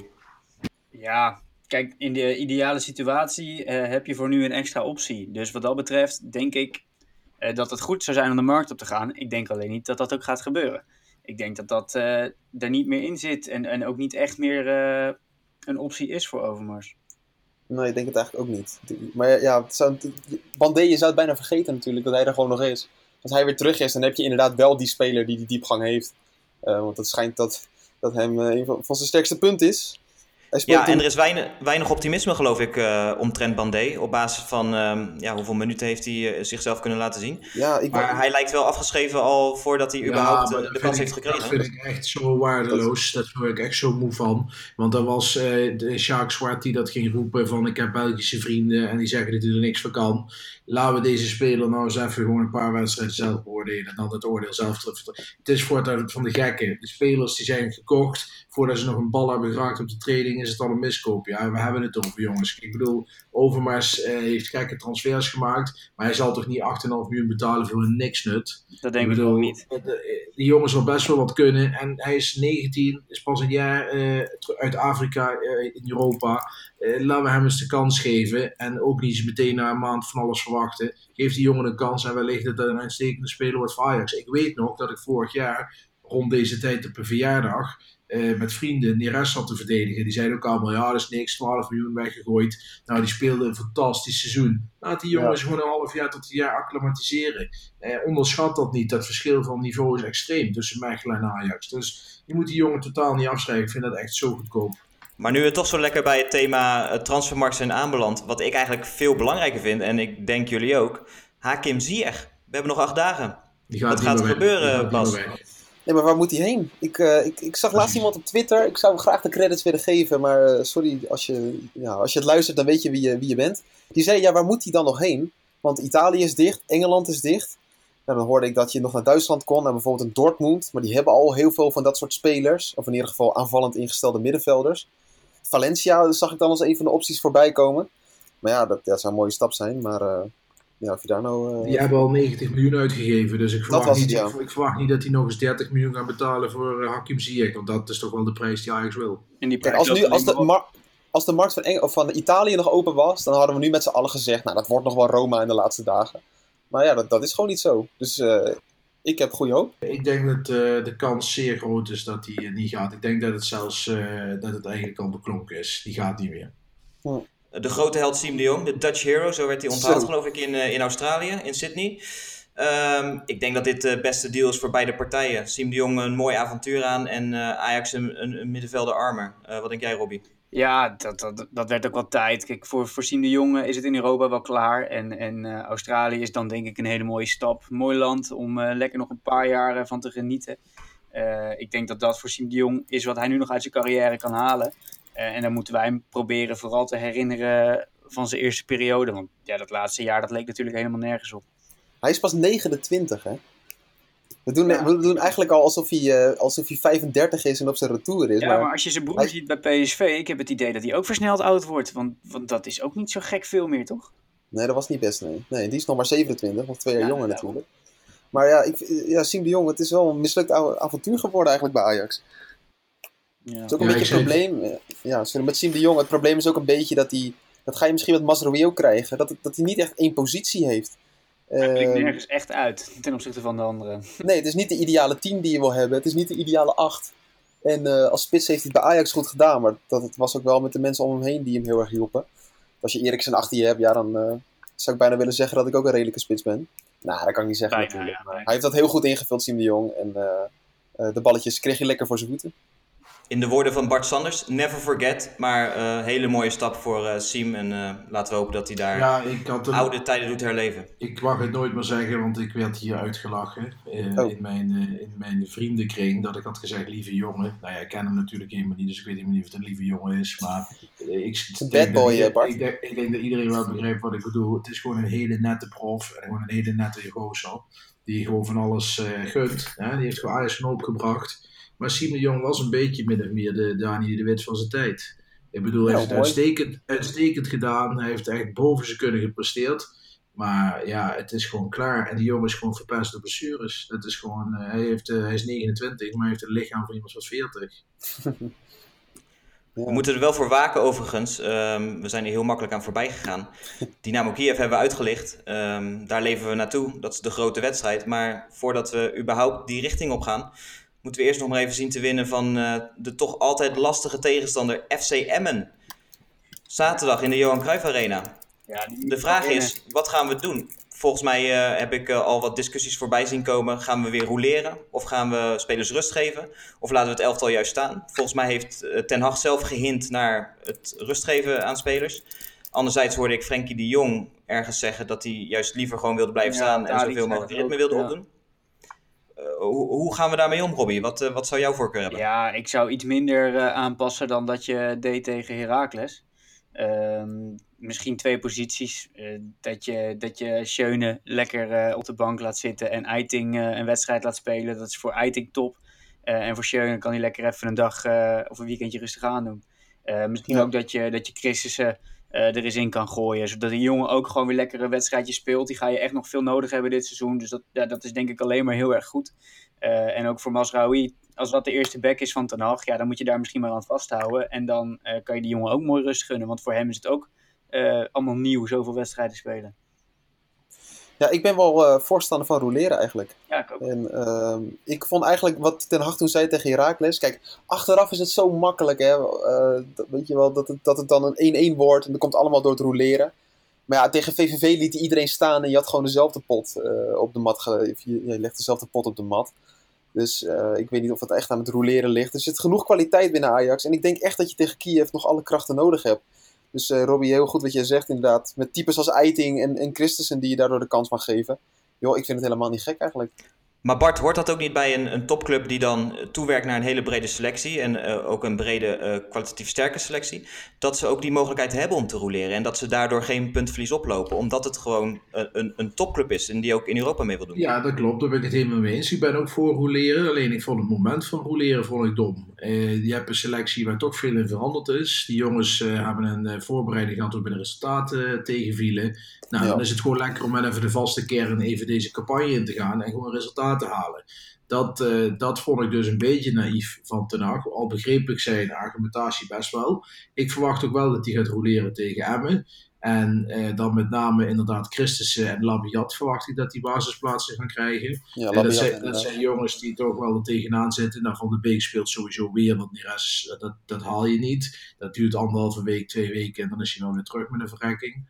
Ja, kijk, in de ideale situatie heb je voor nu een extra optie. Dus wat dat betreft denk ik dat het goed zou zijn om de markt op te gaan. Ik denk alleen niet dat dat ook gaat gebeuren. Ik denk dat dat er niet meer in zit en ook niet echt meer een optie is voor Overmars. Nee, ik denk het eigenlijk ook niet. Maar ja, Bandé, je zou het bijna vergeten natuurlijk, dat hij er gewoon nog is. Als hij weer terug is, dan heb je inderdaad wel die speler die diepgang heeft. Want het schijnt dat hem een van zijn sterkste punten is. Ja, en er is weinig optimisme, geloof ik, omtrent Bandé. Op basis van hoeveel minuten heeft hij zichzelf kunnen laten zien. Ja, maar hij lijkt wel afgeschreven al voordat hij überhaupt de kans heeft gekregen. Dat vind ik echt zo waardeloos. Daar word ik echt zo moe van. Want er was de Sjaak Zwart die dat ging roepen van ik heb Belgische vrienden en die zeggen dat hij er niks van kan. Laten we deze speler nou eens even gewoon een paar wedstrijden zelf beoordelen en dan het oordeel zelf terug. Het is voortaan van de gekken. De spelers die zijn gekocht voordat ze nog een bal hebben geraakt op de training is het al een miskoop. Ja, we hebben het over, jongens. Ik bedoel, Overmars heeft gekke transfers gemaakt, maar hij zal toch niet 8,5 miljoen betalen voor een niksnut? Dat denk ik ook niet. Die jongen zal best wel wat kunnen en hij is 19, is pas een jaar uit Afrika in Europa. Laten we hem eens de kans geven en ook niet meteen na een maand van alles verwachten. Geef die jongen een kans en wellicht dat hij een uitstekende speler wordt voor Ajax. Ik weet nog dat ik vorig jaar rond deze tijd op een verjaardag met vrienden Neres zat te verdedigen. Die zeiden ook allemaal, ja, dat is niks, 12 miljoen weggegooid. Nou, die speelde een fantastisch seizoen. Laat die jongens gewoon een half jaar tot een jaar acclimatiseren. Onderschat dat niet. Dat verschil van niveau is extreem tussen Mechelen en Ajax. Dus je moet die jongen totaal niet afschrijven. Ik vind dat echt zo goedkoop. Maar nu we toch zo lekker bij het thema transfermarkt zijn aanbeland, wat ik eigenlijk veel belangrijker vind, en ik denk jullie ook, Hakim Ziyech. We hebben nog 8 dagen. Wat gaat er gebeuren, Bas? Nee, maar waar moet hij heen? Ik zag laatst iemand op Twitter. Ik zou hem graag de credits willen geven. Maar sorry, als je het luistert, dan weet je wie je bent. Die zei, ja, waar moet hij dan nog heen? Want Italië is dicht, Engeland is dicht. Nou, dan hoorde ik dat je nog naar Duitsland kon. Naar bijvoorbeeld een Dortmund. Maar die hebben al heel veel van dat soort spelers. Of in ieder geval aanvallend ingestelde middenvelders. Valencia zag ik dan als een van de opties voorbij komen. Maar ja, dat zou een mooie stap zijn. Maar of je daar nou... Die hebben al 90 miljoen uitgegeven. Dus ik verwacht niet dat die nog eens 30 miljoen gaan betalen voor Hakim Ziyech. Want dat is toch wel de prijs die Ajax wil. Kijk, als de markt van Italië nog open was, dan hadden we nu met z'n allen gezegd, nou, dat wordt nog wel Roma in de laatste dagen. Maar ja, dat is gewoon niet zo. Dus ik heb goede hoop. Ik denk dat de kans zeer groot is dat hij niet gaat. Ik denk dat het zelfs dat het eigenlijk al beklonken is. Die gaat niet meer. De grote held Siem de Jong, de Dutch hero, zo werd hij onthaald geloof ik in Australië, in Sydney. Ik denk dat dit de beste deal is voor beide partijen. Siem de Jong een mooi avontuur aan en Ajax een middenvelder armer. Wat denk jij, Robbie? Ja, dat werd ook wel tijd. Kijk, voor Siem de Jong is het in Europa wel klaar. En Australië is dan denk ik een hele mooie stap. Mooi land om lekker nog een paar jaar van te genieten. Ik denk dat dat voor Siem de Jong is wat hij nu nog uit zijn carrière kan halen. En dan moeten wij hem proberen vooral te herinneren van zijn eerste periode. Want ja, dat laatste jaar, dat leek natuurlijk helemaal nergens op. Hij is pas 29, hè? We doen eigenlijk al alsof hij 35 is en op zijn retour is. Ja, maar als je zijn broer ziet bij PSV, ik heb het idee dat hij ook versneld oud wordt. Want dat is ook niet zo gek veel meer, toch? Nee, dat was niet best, nee. Nee, die is nog maar 27, nog 2 jaar jonger natuurlijk. Maar Siem de Jong, het is wel een mislukt avontuur geworden eigenlijk bij Ajax. Ja. Het is ook een beetje een probleem. Met Siem de Jong, het probleem is ook een beetje dat ga je misschien met Mazraoui ook krijgen, dat hij niet echt één positie heeft. Hij blikt nergens echt uit ten opzichte van de anderen. Nee, het is niet de ideale 10 die je wil hebben. Het is niet de ideale 8. En als spits heeft hij het bij Ajax goed gedaan. Maar het was ook wel met de mensen om hem heen die hem heel erg hielpen. Als je Eriksen achter je hebt, ja, dan zou ik bijna willen zeggen dat ik ook een redelijke spits ben. Nou, dat kan ik niet zeggen natuurlijk. Ja, hij heeft dat heel goed ingevuld, Siem de Jong. En de balletjes kreeg je lekker voor zijn voeten. In de woorden van Bart Sanders, never forget. Maar hele mooie stap voor Siem. En laten we hopen dat hij daar oude tijden doet herleven. Ik mag het nooit meer zeggen, want ik werd hier uitgelachen in mijn vriendenkring. Dat ik had gezegd, lieve jongen. Nou ja, ik ken hem natuurlijk helemaal niet, dus ik weet helemaal niet of het een lieve jongen is. Maar een bad boy, Bart. Ik denk dat iedereen wel begrijpt wat ik bedoel. Het is gewoon een hele nette prof. En gewoon een hele nette gozer. Die gewoon van alles gunt. Hè? Die heeft gewoon Ajax een hoop gebracht. Maar Siem de Jong was een beetje min of meer de Dani de Wit van zijn tijd. Ik bedoel, hij heeft het uitstekend gedaan. Hij heeft echt boven zijn kunnen gepresteerd. Maar ja, het is gewoon klaar. En die jongen is gewoon verpest door blessures. Het is gewoon, hij is 29, maar hij heeft een lichaam van iemand van 40. We moeten er wel voor waken overigens. We zijn er heel makkelijk aan voorbij gegaan. Dynamo Kiev hebben we uitgelicht. Daar leven we naartoe. Dat is de grote wedstrijd. Maar voordat we überhaupt die richting op gaan, moeten we eerst nog maar even zien te winnen van de toch altijd lastige tegenstander FC Emmen. Zaterdag in de Johan Cruijff Arena. Ja, de vraag is, wat gaan we doen? Volgens mij heb ik al wat discussies voorbij zien komen. Gaan we weer roleren? Of gaan we spelers rust geven? Of laten we het elftal juist staan? Volgens mij heeft Ten Hag zelf gehint naar het rust geven aan spelers. Anderzijds hoorde ik Frenkie de Jong ergens zeggen dat hij juist liever gewoon wilde blijven staan en zoveel mogelijk ritme wilde opdoen. Hoe gaan we daarmee om, Robbie? Wat zou jouw voorkeur hebben? Ja, ik zou iets minder aanpassen dan dat je deed tegen Heracles. Misschien 2 posities. Dat je Schöne lekker op de bank laat zitten en Eiting een wedstrijd laat spelen. Dat is voor Eiting top. En voor Schöne kan hij lekker even een dag of een weekendje rustig aan doen. Misschien ook dat je Christensen er eens in kan gooien. Zodat die jongen ook gewoon weer lekker een wedstrijdje speelt. Die ga je echt nog veel nodig hebben dit seizoen. Dus dat is denk ik alleen maar heel erg goed. En ook voor Mazraoui, als dat de eerste back is van Ten Hag, ja, dan moet je daar misschien maar aan vasthouden. En dan kan je die jongen ook mooi rust gunnen. Want voor hem is het ook allemaal nieuw, zoveel wedstrijden spelen. Ja, ik ben wel voorstander van roleren eigenlijk. Ja, ik ook. En ik vond eigenlijk wat Ten Hag toen zei tegen Heracles. Kijk, achteraf is het zo makkelijk, hè. Weet je wel, dat het dan een 1-1 wordt en dat komt allemaal door het roleren. Maar ja, tegen VVV liet hij iedereen staan en je had gewoon dezelfde pot op de mat. Je legt dezelfde pot op de mat. Dus ik weet niet of het echt aan het roleren ligt. Er zit genoeg kwaliteit binnen Ajax. En ik denk echt dat je tegen Kiev nog alle krachten nodig hebt. Dus Robbie, heel goed wat je zegt inderdaad. Met types als Eiting en Christensen die je daardoor de kans mag geven. Joh, ik vind het helemaal niet gek eigenlijk. Maar Bart, hoort dat ook niet bij een topclub die dan toewerkt naar een hele brede selectie en ook een brede kwalitatief sterke selectie, dat ze ook die mogelijkheid hebben om te roleren en dat ze daardoor geen puntverlies oplopen, omdat het gewoon een topclub is en die ook in Europa mee wil doen? Ja, dat klopt, daar ben ik het helemaal mee eens. Ik ben ook voor roleren, alleen ik vond het moment van roleren vond ik dom. Je hebt een selectie waar toch veel in veranderd is. Die jongens hebben een voorbereiding gehad waarbij de resultaten tegenvielen. Nou, dan is het gewoon lekker om met even de vaste kern even deze campagne in te gaan en gewoon resultaten halen. Dat vond ik dus een beetje naïef van Ten Hag. Al begreep ik zijn argumentatie best wel. Ik verwacht ook wel dat hij gaat roleren tegen Emmen. En dan met name inderdaad Christensen en Labiat verwacht ik dat die basisplaatsen gaan krijgen. Ja, dat zijn jongens die toch wel er tegenaan zitten. Nou, Van de Beek speelt sowieso weer, want Neres, dat haal je niet. Dat duurt 1,5 week, 2 weken en dan is hij dan weer terug met een verrekking.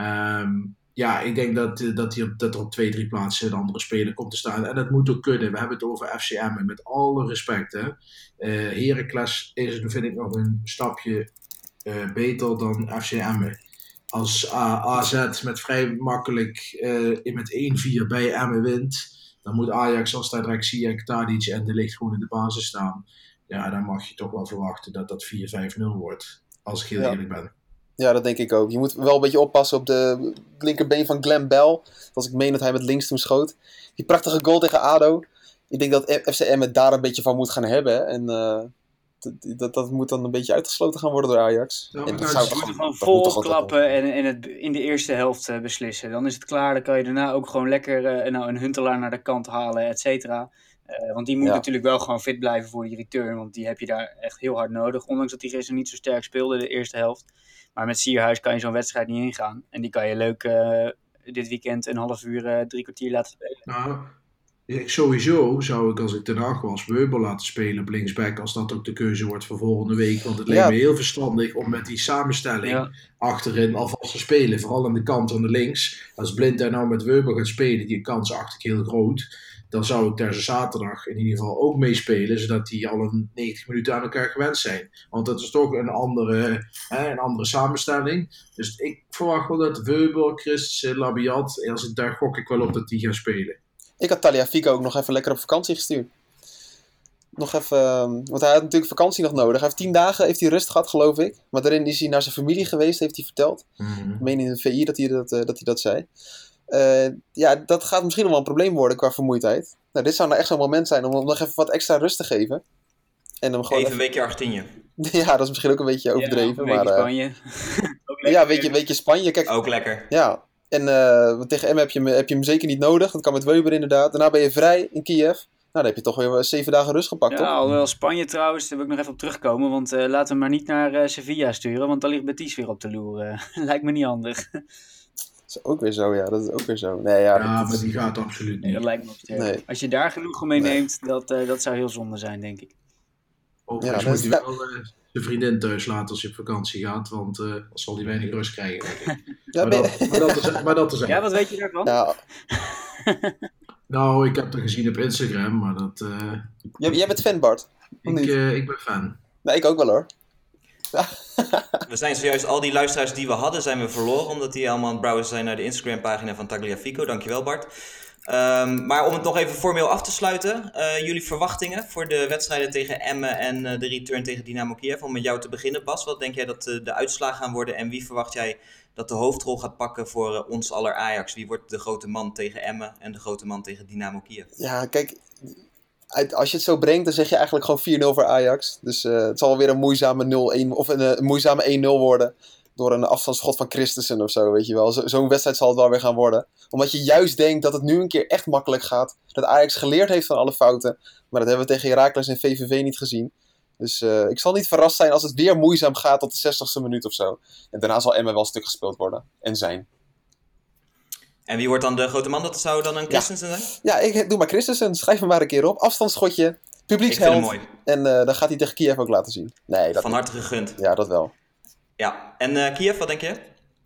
Ja, ik denk dat er op 2-3 plaatsen een andere speler komt te staan. En dat moet ook kunnen. We hebben het over FC Emmen, met alle respect. Hè. Heracles is, vind ik, nog een stapje beter dan FC Emmen. Als AZ met vrij makkelijk met 1-4 bij Emmen wint, dan moet Ajax, als daar direct Ziyech, Tadic en De Ligt gewoon in de basis staan. Ja, dan mag je toch wel verwachten dat dat 4-5-0 wordt. Als ik heel eerlijk ben. Ja, dat denk ik ook. Je moet wel een beetje oppassen op de linkerbeen van Glenn Bell. Als ik meen dat hij met links toen schoot. Die prachtige goal tegen ADO. Ik denk dat FC Emmen daar een beetje van moet gaan hebben. En dat moet dan een beetje uitgesloten gaan worden door Ajax. Ja, en dat zou toch gewoon vol klappen en het in de eerste helft beslissen. Dan is het klaar. Dan kan je daarna ook gewoon lekker een Huntelaar naar de kant halen, et cetera. Want die moet natuurlijk wel gewoon fit blijven voor die return. Want die heb je daar echt heel hard nodig. Ondanks dat hij gisteren niet zo sterk speelde de eerste helft. Maar met Sierhuis kan je zo'n wedstrijd niet ingaan. En die kan je leuk dit weekend een half uur, 3 kwartier laten spelen. Nou, sowieso zou ik, als ik Ten Hag was, Weubel laten spelen op linksback. Als dat ook de keuze wordt voor volgende week. Want het leek me heel verstandig om met die samenstelling achterin alvast te spelen. Vooral aan de kant aan de links. Als Blind daar nou met Weubel gaat spelen, die kans acht ik heel groot. dan zou ik deze zaterdag in ieder geval ook meespelen, zodat die al een 90 minuten aan elkaar gewend zijn. Want dat is toch een andere samenstelling. Dus ik verwacht wel dat Weber, Christensen, Labiat, daar gok ik wel op dat die gaan spelen. Ik had Tagliafico ook nog even lekker op vakantie gestuurd. Nog even, want hij had natuurlijk vakantie nog nodig. Hij heeft 10 dagen heeft hij rust gehad, geloof ik. Maar daarin is hij naar zijn familie geweest, heeft hij verteld. Ik meen in de VI dat hij dat zei. Dat gaat misschien nog wel een probleem worden qua vermoeidheid. Nou, dit zou nou echt zo'n moment zijn om hem nog even wat extra rust te geven. En hem gewoon even een weekje Argentinië. Ja, dat is misschien ook een beetje overdreven. Ja, een beetje Spanje. Ja, een beetje Spanje. Kijk, ook lekker. Ja, en tegen Emmen heb je hem zeker niet nodig. Dat kan met Weber inderdaad. Daarna ben je vrij in Kiev. Nou, dan heb je toch weer 7 dagen rust gepakt, toch? Ja, alhoewel Spanje trouwens, daar wil ik nog even op terugkomen. Want laten we hem maar niet naar Sevilla sturen. Want dan ligt Betis weer op de loer. Lijkt me niet handig. Dat is ook weer zo, ja. Dat is ook weer zo. Nee, ja, maar die gaat absoluut niet. Nee, dat lijkt me op sterk. Nee. Als je daar genoeg mee neemt, dat zou heel zonde zijn, denk ik. Overigens moet hij wel zijn vriendin thuis laten als je op vakantie gaat. Want dan zal hij weinig rust krijgen, denk ik. Maar dat is Ja, wat weet je daarvan? Ja. Nou, ik heb het gezien op Instagram, maar dat... Jij bent fan, Bart? Ik ben fan. Nee, ik ook wel, hoor. We zijn zojuist al die luisteraars die we hadden, zijn we verloren. Omdat die allemaal aan het browsen zijn naar de Instagram-pagina van Tagliafico. Dankjewel, Bart. Maar om het nog even formeel af te sluiten. Jullie verwachtingen voor de wedstrijden tegen Emmen en de return tegen Dynamo Kiev. Om met jou te beginnen, Bas. Wat denk jij dat de uitslagen gaan worden? En wie verwacht jij dat de hoofdrol gaat pakken voor ons aller Ajax? Wie wordt de grote man tegen Emmen en de grote man tegen Dynamo Kiev? Ja, kijk, als je het zo brengt, dan zeg je eigenlijk gewoon 4-0 voor Ajax. Dus het zal weer een moeizame 0-1 of een moeizame 1-0 worden. Door een afstandsschot van Christensen of zo, weet je wel. Zo'n wedstrijd zal het wel weer gaan worden. Omdat je juist denkt dat het nu een keer echt makkelijk gaat. Dat Ajax geleerd heeft van alle fouten. Maar dat hebben we tegen Heracles en VVV niet gezien. Dus ik zal niet verrast zijn als het weer moeizaam gaat tot de 60ste minuut of zo. En daarna zal Emmen wel stuk gespeeld worden. En zijn. En wie wordt dan de grote man? Dat zou dan een Christensen zijn? Ja, ik doe maar Christensen. Schrijf me maar een keer op. Afstandsschotje. Publieksheld. Ik vind hem mooi. En dan gaat hij tegen Kiev ook laten zien. Nee, dat van harte gegund. Ja, dat wel. Ja, en Kiev, wat denk je?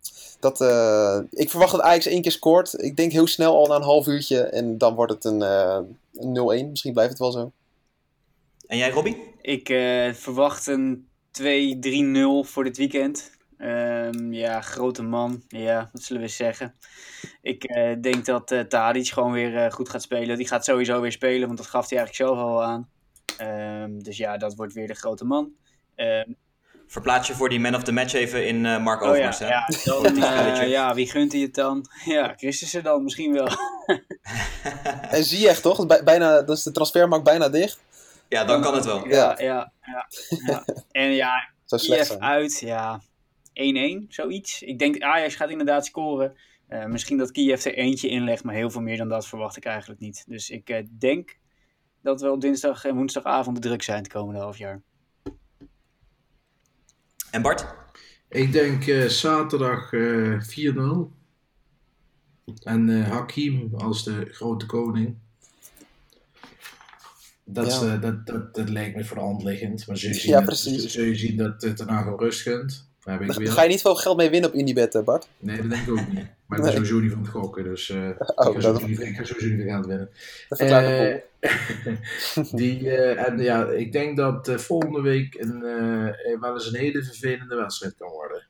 Ik verwacht dat Ajax 1 keer scoort. Ik denk heel snel al na een half uurtje. En dan wordt het een 0-1. Misschien blijft het wel zo. En jij, Robbie? Ik verwacht een 2-3-0 voor dit weekend. Grote man. Ja, wat zullen we zeggen? Ik denk dat Tadic gewoon weer goed gaat spelen. Die gaat sowieso weer spelen, want dat gaf hij eigenlijk zelf al aan. Dus ja, dat wordt weer de grote man. Verplaats je voor die man of the match even in Mark Overmars, hè? Wie gunt hij het dan? Ja, Christensen dan misschien wel. En Ziyech toch? Dan is de transfermarkt bijna dicht. Ja, dan kan het wel. Ja. En ja, Kiev uit, 1-1, zoiets. Ik denk Ajax gaat inderdaad scoren. Misschien dat Kiev er eentje inlegt, maar heel veel meer dan dat verwacht ik eigenlijk niet. Dus ik denk dat we op dinsdag en woensdagavond de druk zijn het komende half jaar. En Bart? Ik denk zaterdag 4-0. En Hakim als de grote koning. Dat lijkt me voor de hand liggend. Maar zul je zien dat het daarna gewoon rust gunt. Daar ga je niet veel geld mee winnen op Unibet, Bart? Nee, dat denk ik ook niet. Maar ik ben sowieso niet van het gokken. Dus ik ga sowieso niet veel geld winnen. Dat verklaart ik denk dat volgende week wel eens een hele vervelende wedstrijd kan worden.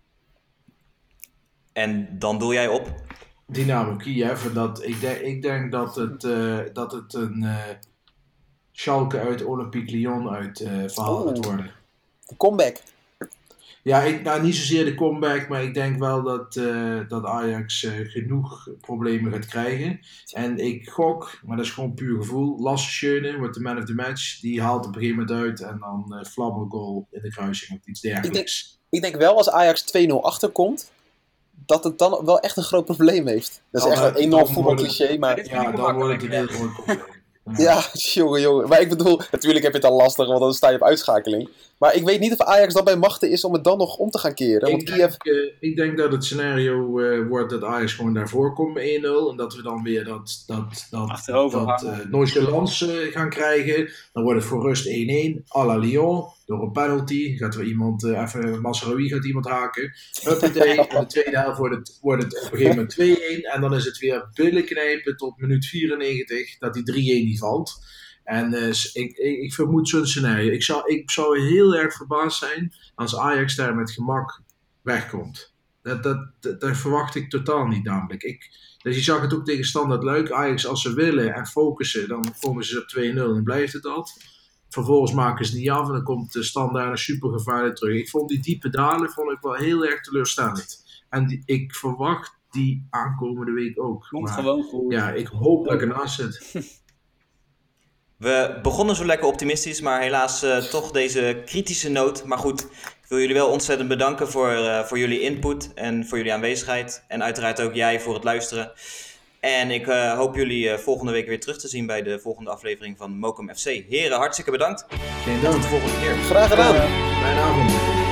En dan doel jij op? Dynamo Kiev. Ik denk dat het een Schalke uit Olympique Lyon uit verhaal gaat worden. Een comeback. Ja, niet zozeer de comeback, maar ik denk wel dat Ajax genoeg problemen gaat krijgen. En ik gok, maar dat is gewoon puur gevoel, Lasse Schöne wordt de man of the match. Die haalt op een gegeven moment uit en dan Flabber goal in de kruising of iets dergelijks. Ik denk wel als Ajax 2-0 achterkomt, dat het dan wel echt een groot probleem heeft. Dat is echt een enorm voetbalcliché, maar... Ja, dan wordt het een heel groot probleem. Ja, jongen. Maar ik bedoel, natuurlijk heb je het al lastig, want dan sta je op uitschakeling. Maar ik weet niet of Ajax dan bij machten is om het dan nog om te gaan keren. Want ik denk dat het scenario wordt dat Ajax gewoon daarvoor komt met 1-0. En dat we dan weer dat nonchalance gaan krijgen. Dan wordt het voor rust 1-1, à la Lyon. door een penalty. Gaat er iemand, even Mazraoui gaat iemand haken. Huppatee. In de tweede helft wordt het op een gegeven moment 2-1. En dan is het weer billen knijpen tot minuut 94 dat die 3-1 niet valt. En ik vermoed zo'n scenario. Ik zou heel erg verbaasd zijn als Ajax daar met gemak wegkomt. Dat verwacht ik totaal niet namelijk. Dus je zag het ook tegen Standard Luik. Ajax, als ze willen en focussen, dan komen ze op 2-0 en blijft het dat. Vervolgens maken ze het niet af en dan komt de Standaard een super gevaarlijk terug. Ik vond die diepe dalen wel heel erg teleurstellend. En ik verwacht die aankomende week ook. Komt gewoon goed. Ja, ik hoop dat ik ernaast zit. We begonnen zo lekker optimistisch, maar helaas toch deze kritische noot. Maar goed, ik wil jullie wel ontzettend bedanken voor jullie input en voor jullie aanwezigheid. En uiteraard ook jij voor het luisteren. En ik hoop jullie volgende week weer terug te zien bij de volgende aflevering van Mokum FC. Heren, hartstikke bedankt. Geen dank. Tot de volgende keer. Graag gedaan. Fijne avond.